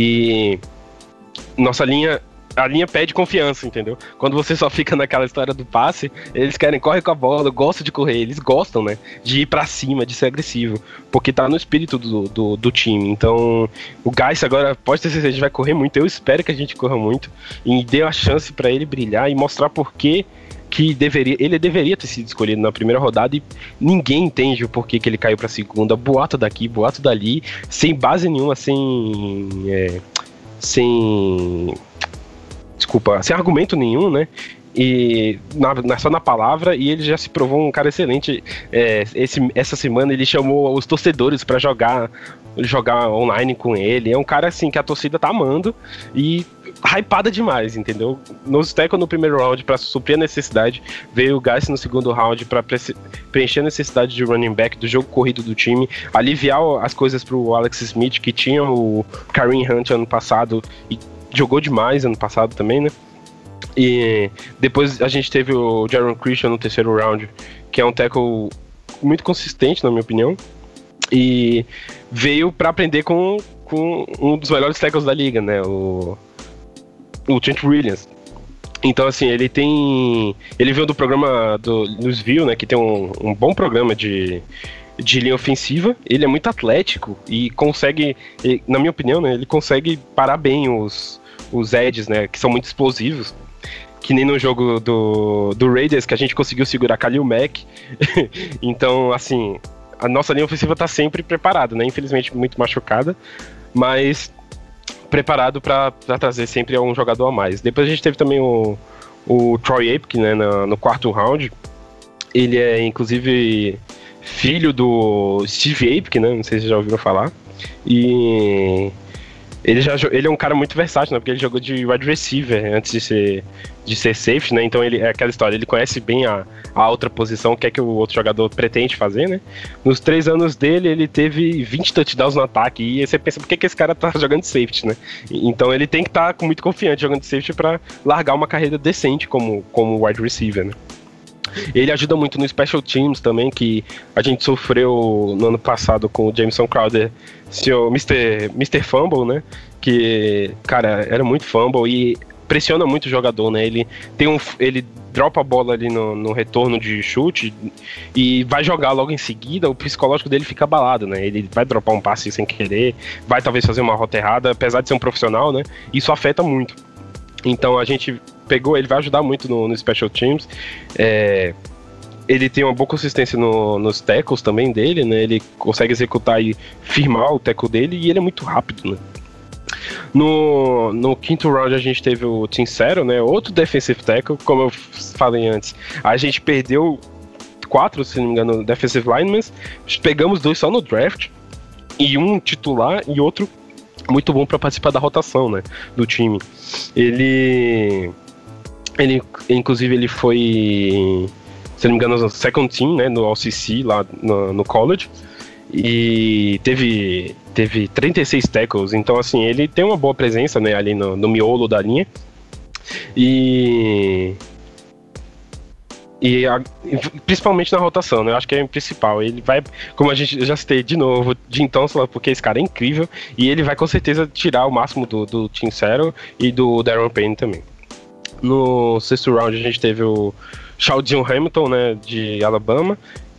E nossa linha... A linha pede confiança, entendeu? Quando você só fica naquela história do passe, eles querem correr com a bola, gostam de correr, eles gostam, né? De ir pra cima, de ser agressivo, porque tá no espírito do, do, do time. Então, o Guice agora, pode ter certeza, a gente vai correr muito, eu espero que a gente corra muito, e dê a chance pra ele brilhar e mostrar por que que deveria, ele deveria ter sido escolhido na primeira rodada e ninguém entende o porquê que ele caiu pra segunda. Boato daqui, boato dali, sem base nenhuma, sem... É, sem... Desculpa, sem argumento nenhum, né? E na, só na palavra, e ele já se provou um cara excelente. É, esse, essa semana ele chamou os torcedores pra jogar, jogar online com ele. É um cara assim que a torcida tá amando e hypada demais, entendeu? Nos tackle no primeiro round pra suprir a necessidade, veio o Guice no segundo round pra preencher a necessidade de running back, do jogo corrido do time, aliviar as coisas pro Alex Smith, que tinha o Kareem Hunt ano passado e jogou demais ano passado também, né? E depois a gente teve o Jaron Christian no terceiro round, que é um tackle muito consistente, na minha opinião, e veio pra aprender com, com um dos melhores tackles da liga, né? O, o Trent Williams. Então, assim, ele tem... Ele veio do programa do Louisville, né? Que tem um, um bom programa de... de linha ofensiva. Ele é muito atlético e consegue, na minha opinião, né, ele consegue parar bem os, os edges, né, que são muito explosivos, que nem no jogo do, do Raiders, que a gente conseguiu segurar Khalil Mack. Então, assim, a nossa linha ofensiva tá sempre preparada, né, infelizmente muito machucada, mas preparado para trazer sempre um jogador a mais. Depois a gente teve também o, o Troy Apke, né, no, no quarto round. Ele é, inclusive, filho do Steve Apke, né, não sei se vocês já ouviram falar. E ele, já, ele é um cara muito versátil, né, porque ele jogou de wide receiver antes de ser, de ser safety, né, então ele, é aquela história, ele conhece bem a, a outra posição, o que é que o outro jogador pretende fazer, né. Nos três anos dele, ele teve vinte touchdowns no ataque, e aí você pensa, por que, que esse cara tá jogando de safety, né? Então ele tem que estar tá muito confiante jogando de safety pra largar uma carreira decente como, como wide receiver, né. Ele ajuda muito no Special Teams também, que a gente sofreu no ano passado com o Jameson Crowder, o mister mister Fumble, né? Que, cara, era muito fumble e pressiona muito o jogador, né? Ele tem um, ele dropa a bola ali no, no retorno de chute e vai jogar logo em seguida, o psicológico dele fica abalado, né? Ele vai dropar um passe sem querer, vai talvez fazer uma rota errada, apesar de ser um profissional, né? Isso afeta muito. Então a gente pegou, ele vai ajudar muito no, no Special Teams. É, ele tem uma boa consistência no, nos tackles também dele, né? Ele consegue executar e firmar o tackle dele e ele é muito rápido, né? No, no quinto round a gente teve o Tim Settle, né? Outro defensive tackle, como eu falei antes. A gente perdeu quatro, se não me engano, defensive linemen. Pegamos dois só no draft. E um titular e outro muito bom para participar da rotação, né, do time. Ele, ele, inclusive, ele foi, se não me engano, no second team, né, no O C C lá no, no college, e teve, teve trinta e seis tackles. Então, assim, ele tem uma boa presença, né, ali no, no miolo da linha. E E a, principalmente na rotação, né? Eu acho que é o principal. Ele vai, como a gente já citei de novo, Jim Thompson, porque esse cara é incrível. E ele vai com certeza tirar o máximo do, do Tim Settle e do Darren Payne também. No sexto round a gente teve o Shaudin Hamilton, né? De Alabama.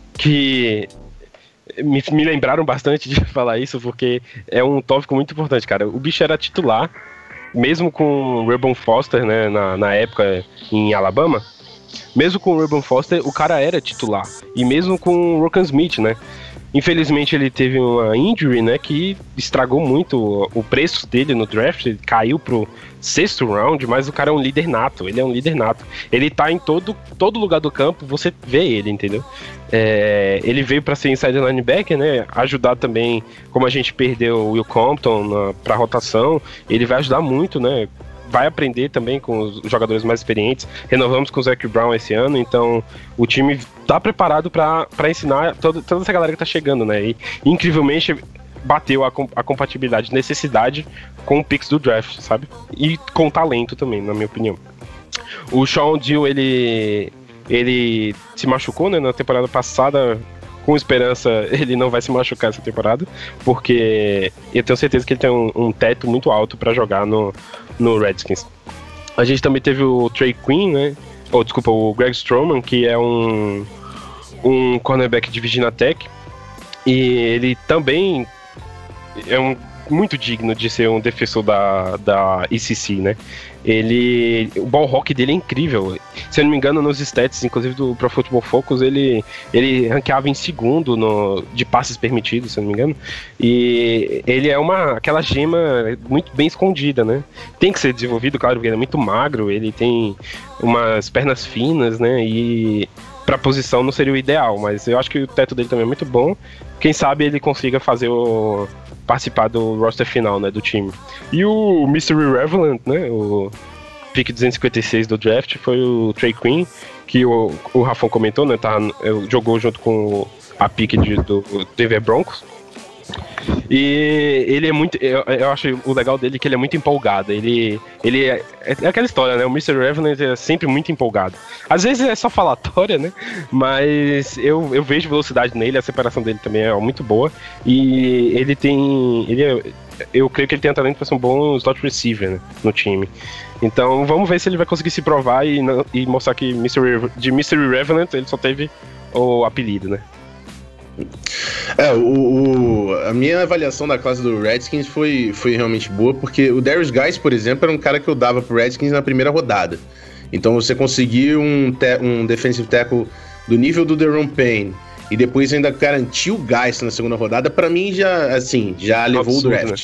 Que me, me lembraram bastante de falar isso, porque é um tópico muito importante, cara. O bicho era titular, mesmo com o Reuben Foster, né? Na, na época em Alabama. Mesmo com o Reuben Foster, o cara era titular. E mesmo com o Roquan Smith, né? Infelizmente ele teve uma injury, né? Que estragou muito o preço dele no draft. Ele caiu pro sexto round, mas o cara é um líder nato. Ele é um líder nato. Ele tá em todo, todo lugar do campo, você vê ele, entendeu? É, ele veio para ser inside linebacker, né? Ajudar também, como a gente perdeu o Will Compton na, pra rotação, ele vai ajudar muito, né? Vai aprender também com os jogadores mais experientes. Renovamos com o Zach Brown esse ano, então o time tá preparado para ensinar toda, toda essa galera que tá chegando, né? E incrivelmente bateu a, a compatibilidade, necessidade com o picks do draft, sabe? E com talento também, na minha opinião. O Sean Dill, ele, ele se machucou, né, na temporada passada. Com esperança, ele não vai se machucar essa temporada, porque eu tenho certeza que ele tem um, um teto muito alto para jogar no, no Redskins. A gente também teve o Trey Quinn, né? Ou, desculpa, o Greg Stroman, que é um, um cornerback de Virginia Tech, e ele também é um, muito digno de ser um defensor da, da E C C, né? Ele, o ball rock dele é incrível. Se eu não me engano, nos stats, inclusive do Pro Football Focus, ele, ele ranqueava em segundo no, de passes permitidos, se eu não me engano. E ele é uma, aquela gema muito bem escondida, né? Tem que ser desenvolvido, claro, porque ele é muito magro, ele tem umas pernas finas, né? E pra posição não seria o ideal, mas eu acho que o teto dele também é muito bom. Quem sabe ele consiga fazer o... participar do roster final, né, do time. E o Mystery Revelant, né, o pick duzentos e cinquenta e seis do draft, foi o Trey Quinn, que o, o Rafão comentou, né, tá, jogou junto com a pick de, do Denver Broncos. E ele é muito, eu, eu acho o legal dele que ele é muito empolgado. Ele, ele é, é aquela história, né? O mister Revenant é sempre muito empolgado. Às vezes é só falatória, né? Mas eu, eu vejo velocidade nele, a separação dele também é muito boa. E ele tem, ele é, eu creio que ele tem talento para ser um bom slot receiver, né, no time. Então vamos ver se ele vai conseguir se provar e, e mostrar que mister de Mystery Revenant ele só teve o apelido, né? É, o, o, a minha avaliação da classe do Redskins foi, foi realmente boa, porque o Darius Guice, por exemplo, era um cara que eu dava pro Redskins na primeira rodada. Então você conseguir um, te, um defensive tackle do nível do Darren Payne e depois ainda garantir o Guice na segunda rodada, pra mim já, assim, já levou absurdo, o draft. Né?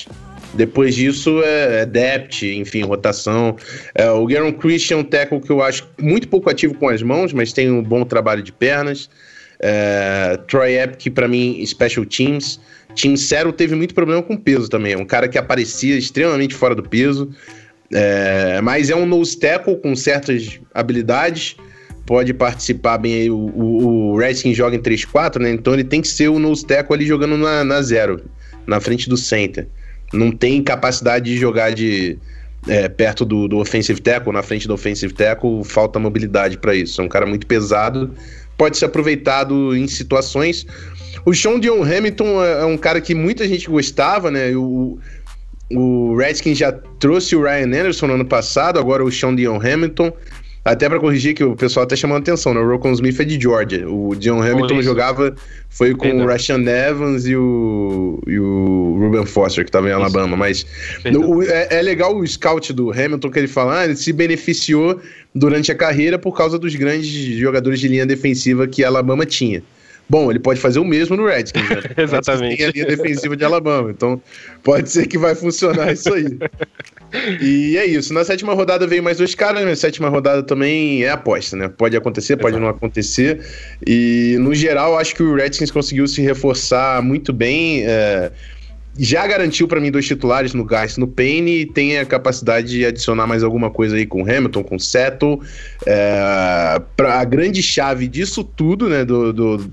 Depois disso é, é depth, enfim, rotação. É, o Garon Christian é um tackle que eu acho muito pouco ativo com as mãos, mas tem um bom trabalho de pernas. É, Troy Apke, pra mim, special teams. Tim Settle teve muito problema com peso também. É um cara que aparecia extremamente fora do peso. É, mas é um nose tackle com certas habilidades. Pode participar bem aí. O, o, o Redskins joga em três quatro, né? Então ele tem que ser o nose tackle ali jogando na, na zero, na frente do center. Não tem capacidade de jogar de é, perto do, do offensive tackle, na frente do offensive tackle. Falta mobilidade para isso. É um cara muito pesado. Pode ser aproveitado em situações. O Sean Dion Hamilton é um cara que muita gente gostava, né? O, o Redskins já trouxe o Ryan Anderson no ano passado, agora o Sean Dion Hamilton. Até pra corrigir, que o pessoal tá chamando atenção, né? O Rokon Smith é de Georgia. O Dion Hamilton oh, jogava, foi com Pena. o Rashaan Evans e o, e o Ruben Foster, que tava em Alabama. Mas no, é, é legal o scout do Hamilton, que ele fala, ah, ele se beneficiou durante a carreira por causa dos grandes jogadores de linha defensiva que a Alabama tinha. Bom, ele pode fazer o mesmo no Redskins, né? Exatamente. Tem a linha defensiva de Alabama, então pode ser que vai funcionar isso aí. E é isso. Na sétima rodada veio mais dois caras, né? Na sétima rodada também é aposta, né? Pode acontecer, pode Exato. não acontecer. E, no geral, acho que o Redskins conseguiu se reforçar muito bem. É... Já garantiu para mim dois titulares no Geist e no Payne, e tem a capacidade de adicionar mais alguma coisa aí com o Hamilton, com o Settle. É... Pra a grande chave disso tudo, né? Do... do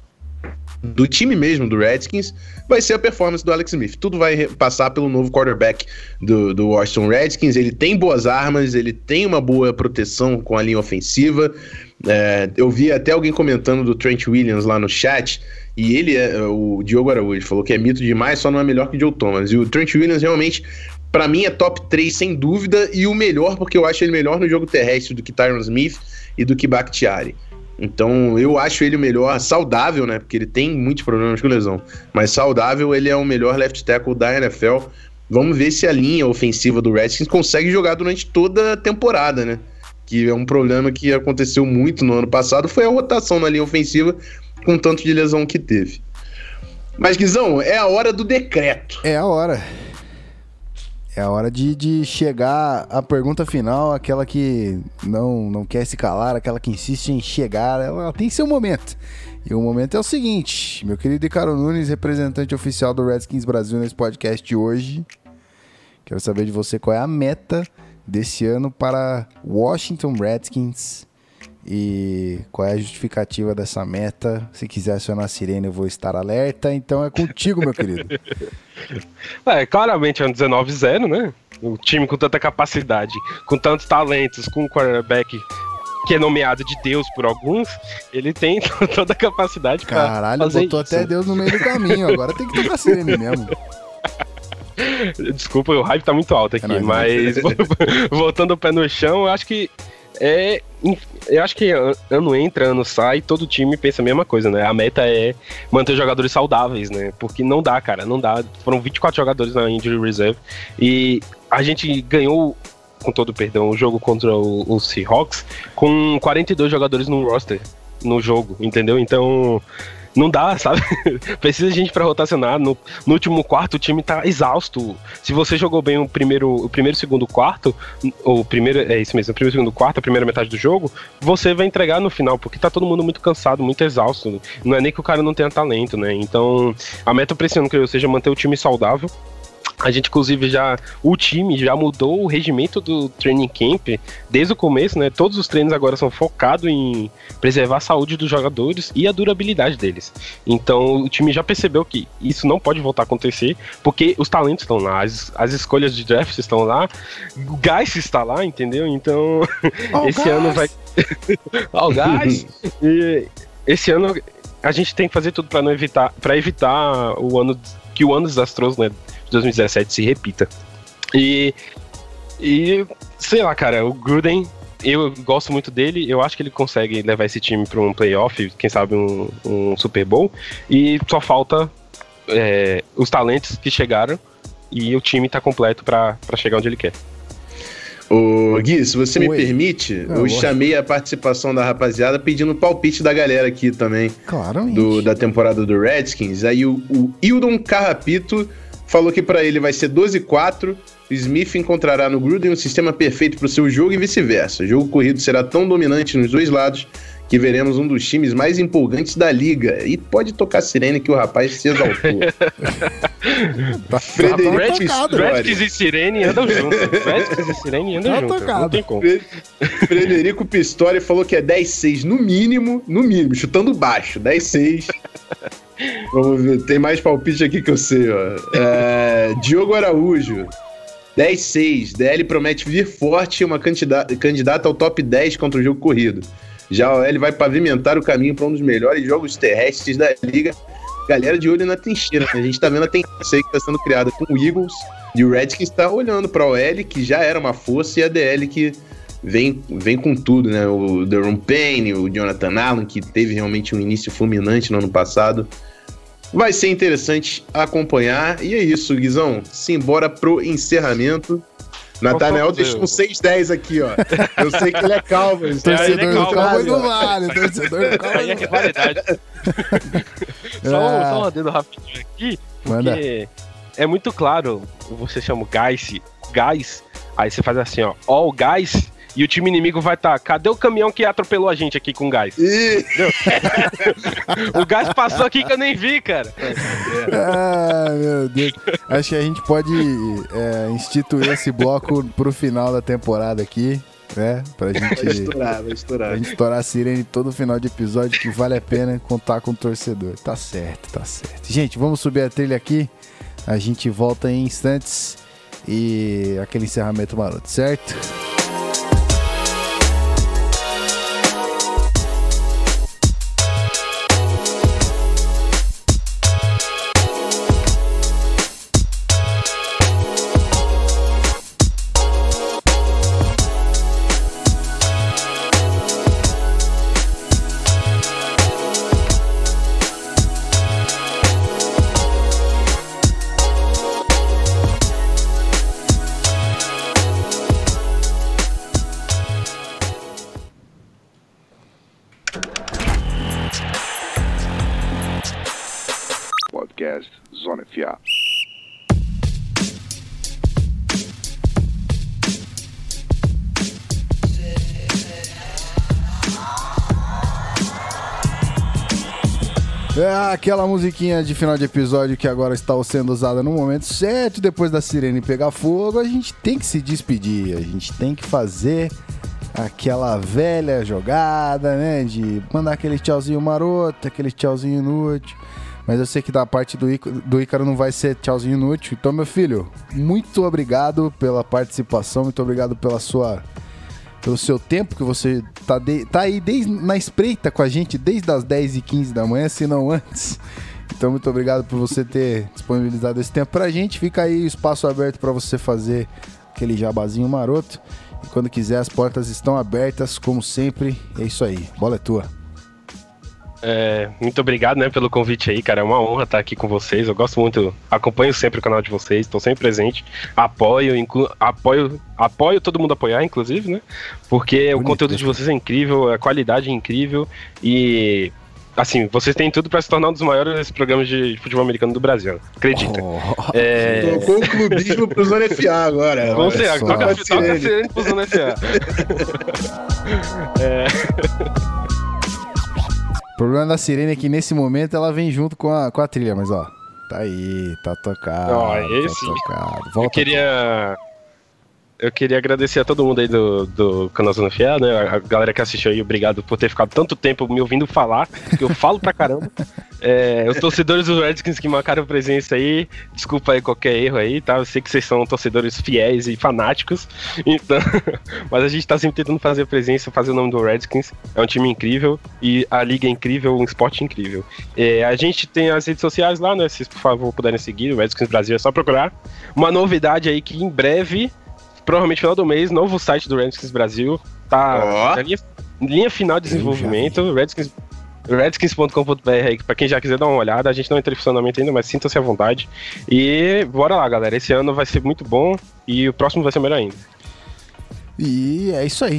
do time mesmo do Redskins, vai ser a performance do Alex Smith. Tudo vai passar pelo novo quarterback do, do Washington Redskins. Ele tem boas armas, ele tem uma boa proteção com a linha ofensiva. É, eu vi até alguém comentando do Trent Williams lá no chat, e ele, é, o Diogo Araújo, falou que é mito demais, só não é melhor que o Joe Thomas. E o Trent Williams realmente, pra mim, é top três sem dúvida, e o melhor, porque eu acho ele melhor no jogo terrestre do que Tyron Smith e do que Bakhtiari. Então, eu acho ele o melhor saudável, né? Porque ele tem muitos problemas com lesão. Mas saudável, ele é o melhor left tackle da N F L. Vamos ver se a linha ofensiva do Redskins consegue jogar durante toda a temporada, né? Que é um problema que aconteceu muito no ano passado. Foi a rotação na linha ofensiva com o tanto de lesão que teve. Mas, Guizão, é a hora do decreto. É a hora. É a hora de, de chegar à pergunta final, aquela que não, não quer se calar, aquela que insiste em chegar, ela tem seu momento. E o momento é o seguinte, meu querido Icaro Nunes, representante oficial do Redskins Brasil nesse podcast de hoje, quero saber de você qual é a meta desse ano para Washington Redskins e qual é a justificativa dessa meta. Se quiser acionar a sirene eu vou estar alerta, então é contigo, meu querido. É, claramente é um dezenove a zero, né? O time com tanta capacidade, com tantos talentos, com um quarterback que é nomeado de Deus por alguns, ele tem toda a capacidade para fazer Caralho, botou isso. Até Deus no meio do caminho, agora tem que tocar sirene mesmo. Desculpa, o hype tá muito alto aqui, é nóis, mas né? Voltando o pé no chão, eu acho que é, eu acho que ano entra, ano sai, todo time pensa a mesma coisa, né? A meta é manter jogadores saudáveis, né? Porque não dá, cara, não dá. Foram vinte e quatro jogadores na Injury Reserve e a gente ganhou, com todo perdão, o jogo contra o, o Seahawks com quarenta e dois jogadores no roster, no jogo, entendeu? Então não dá, sabe? Precisa de gente pra rotacionar. No, no último quarto o time tá exausto. Se você jogou bem o primeiro, o primeiro, segundo quarto, o primeiro, é isso mesmo, o primeiro, segundo quarto, a primeira metade do jogo, você vai entregar no final, porque tá todo mundo muito cansado, muito exausto. Não é nem que o cara não tenha talento, né? Então, a meta pra esse ano, creio eu, seja manter o time saudável. A gente, inclusive, já... O time já mudou o regimento do training camp desde o começo, né? Todos os treinos agora são focados em preservar a saúde dos jogadores e a durabilidade deles. Então, o time já percebeu que isso não pode voltar a acontecer, porque os talentos estão lá, as, as escolhas de draft estão lá, o Geist está lá, entendeu? Então, oh, esse guys. ano vai... Ó, o Geist! E esse ano a gente tem que fazer tudo para não evitar... para evitar o ano... que o ano desastroso, né? dois mil e dezessete se repita. E, e sei lá, cara, o Gruden, eu gosto muito dele, eu acho que ele consegue levar esse time para um playoff, quem sabe um, um Super Bowl, e só falta é, os talentos que chegaram e o time tá completo para chegar onde ele quer. Ô Gui, se você Oi. me permite, ah, eu hoje. chamei a participação da rapaziada pedindo o palpite da galera aqui também. Claro, do, da temporada do Redskins. Aí o, o Hildon Carrapito falou que para ele vai ser doze a quatro. Smith encontrará no Gruden um sistema perfeito para o seu jogo e vice-versa. O jogo corrido será tão dominante nos dois lados que veremos um dos times mais empolgantes da liga. E pode tocar sirene que o rapaz se exaltou. Tá Frederico Pistori. Redskins e sirene andam juntos. Redskins e sirene andam tá juntos. Não tem como. Frederico Pistori falou que é dez a seis no mínimo, no mínimo, chutando baixo, dez a seis. Vamos ver, tem mais palpite aqui que eu sei, ó. É, Diogo Araújo, dez a seis. D L promete vir forte e uma candidata, candidata ao top dez contra o jogo corrido. Já a O L vai pavimentar o caminho para um dos melhores jogos terrestres da liga. Galera de olho na trincheira, né? A gente tá vendo a tendência aí que tá sendo criada com o Eagles e o Redskins tá olhando pra O L, que já era uma força, e a D L que vem, vem com tudo, né? O Deron Payne, o Jonathan Allen, que teve realmente um início fulminante no ano passado. Vai ser interessante acompanhar. E é isso, Guizão. Simbora pro encerramento. Nathanael deixou um seis dez aqui, ó. Eu sei que ele é calvo. O torcedor do Cowboys não vale. O torcedor do Cowboys não vale. Só, ah. só um adendo rapidinho aqui, porque Manda. É muito claro, você chama o guys, guys, aí você faz assim, ó, all guys, e o time inimigo vai estar, tá, cadê o caminhão que atropelou a gente aqui com gás? O gás passou aqui que eu nem vi, cara. Ah, meu Deus. Acho que a gente pode é, instituir esse bloco pro final da temporada aqui, né? Pra gente, vai estourar, vai estourar. Pra gente estourar a sirene todo final de episódio, que vale a pena contar com o torcedor. Tá certo, tá certo. Gente, vamos subir a trilha aqui. A gente volta em instantes e aquele encerramento maroto, certo? Zona F A. É aquela musiquinha de final de episódio que agora está sendo usada no momento certo. Depois da sirene pegar fogo, a gente tem que se despedir. A gente tem que fazer aquela velha jogada, né? De mandar aquele tchauzinho maroto, aquele tchauzinho inútil. Mas eu sei que da parte do, Ícaro, do Ícaro não vai ser tchauzinho inútil. Então, meu filho, muito obrigado pela participação, muito obrigado pela sua, pelo seu tempo que você tá, de, tá aí desde, na espreita com a gente desde as dez e quinze da manhã, se não antes. Então, muito obrigado por você ter disponibilizado esse tempo pra gente. Fica aí o espaço aberto para você fazer aquele jabazinho maroto. E quando quiser, as portas estão abertas, como sempre. É isso aí, bola é tua. É, muito obrigado, né, pelo convite aí, cara. É uma honra estar aqui com vocês. Eu gosto muito, acompanho sempre o canal de vocês, estou sempre presente, apoio, inclu, apoio, apoio todo mundo apoiar, inclusive, né? Porque Bonito, o conteúdo de vocês é incrível, a qualidade é incrível e, assim, vocês têm tudo para se tornar um dos maiores programas de futebol americano do Brasil. Acredita? Oh, é... Tocou o clubismo pro Zona F A agora. Com certeza, toca a sirene pro Zona F A. é... O problema da sirene é que nesse momento ela vem junto com a, com a trilha, mas ó, tá aí, tá tocado. Ó, esse... tá tocado. Volta eu queria. Eu queria agradecer a todo mundo aí do, do canal Zona F A, né? A galera que assistiu aí, obrigado por ter ficado tanto tempo me ouvindo falar, que eu falo pra caramba. É, os torcedores dos Redskins que marcaram presença aí, desculpa aí qualquer erro aí, tá? Eu sei que vocês são torcedores fiéis e fanáticos, então, mas a gente tá sempre tentando fazer presença, fazer o nome do Redskins. É um time incrível e a liga é incrível, um esporte incrível. É, a gente tem as redes sociais lá, né? Se por favor puderem seguir, o Redskins Brasil é só procurar. Uma novidade aí que em breve, provavelmente no final do mês, novo site do Redskins Brasil, tá oh. na linha, linha final de desenvolvimento, Redskins, redskins ponto com ponto b r aí, pra quem já quiser dar uma olhada. A gente não entrou em funcionamento ainda, mas sinta-se à vontade. E bora lá, galera, esse ano vai ser muito bom e o próximo vai ser melhor ainda. E é isso aí.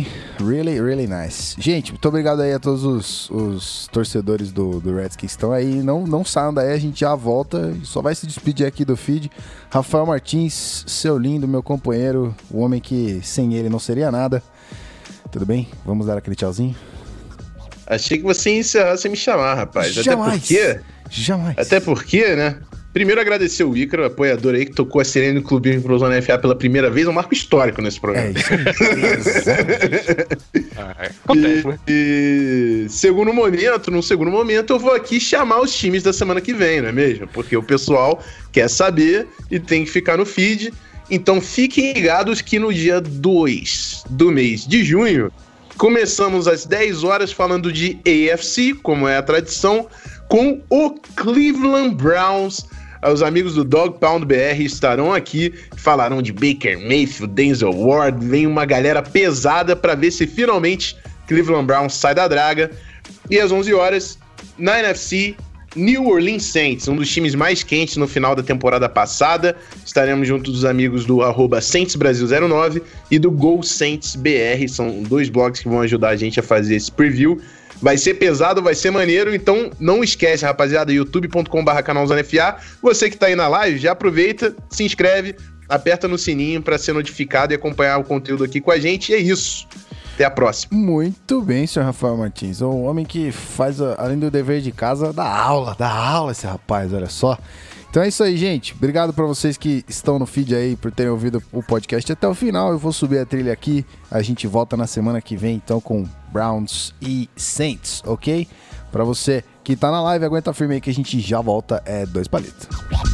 Really, really nice. Gente, muito obrigado aí a todos os, os torcedores do, do Redskins que estão aí. Não, não saiam daí, a gente já volta. Só vai se despedir aqui do feed. Rafael Martins, seu lindo, meu companheiro. O homem que sem ele não seria nada. Tudo bem? Vamos dar aquele tchauzinho? Achei que você ia encerrar sem me chamar, rapaz. Jamais. Até porque... Jamais. Até porque, né? Primeiro agradecer o Ícaro, apoiador aí, que tocou a sirene do Clubinho pro Zona F A pela primeira vez, é um marco histórico nesse programa. É isso aí. Ah, acontece, né? E, e segundo momento, no segundo momento, eu vou aqui chamar os times da semana que vem, não é mesmo? Porque o pessoal quer saber e tem que ficar no feed. Então fiquem ligados que no dia dois do mês de junho, começamos às dez horas falando de A F C, como é a tradição, com o Cleveland Browns. Os amigos do Dog Pound B R estarão aqui, falarão de Baker Mayfield, Denzel Ward, vem uma galera pesada para ver se finalmente Cleveland Browns sai da draga. E às onze horas, na N F C, New Orleans Saints, um dos times mais quentes no final da temporada passada. Estaremos junto dos amigos do arroba Saints Brasil zero nove e do Go Saints B R, são dois blogs que vão ajudar a gente a fazer esse preview. Vai ser pesado, vai ser maneiro, então não esquece, rapaziada, youtube ponto com barra canal Zona F A. Você que tá aí na live, já aproveita, se inscreve, aperta no sininho para ser notificado e acompanhar o conteúdo aqui com a gente. E é isso. Até a próxima. Muito bem, senhor Rafael Martins. O homem que faz, além do dever de casa, dá aula, dá aula esse rapaz, olha só. Então é isso aí, gente. Obrigado pra vocês que estão no feed aí, por terem ouvido o podcast até o final. Eu vou subir a trilha aqui. A gente volta na semana que vem, então, com Browns e Saints, ok? Pra você que tá na live, aguenta firme aí que a gente já volta. É dois palitos.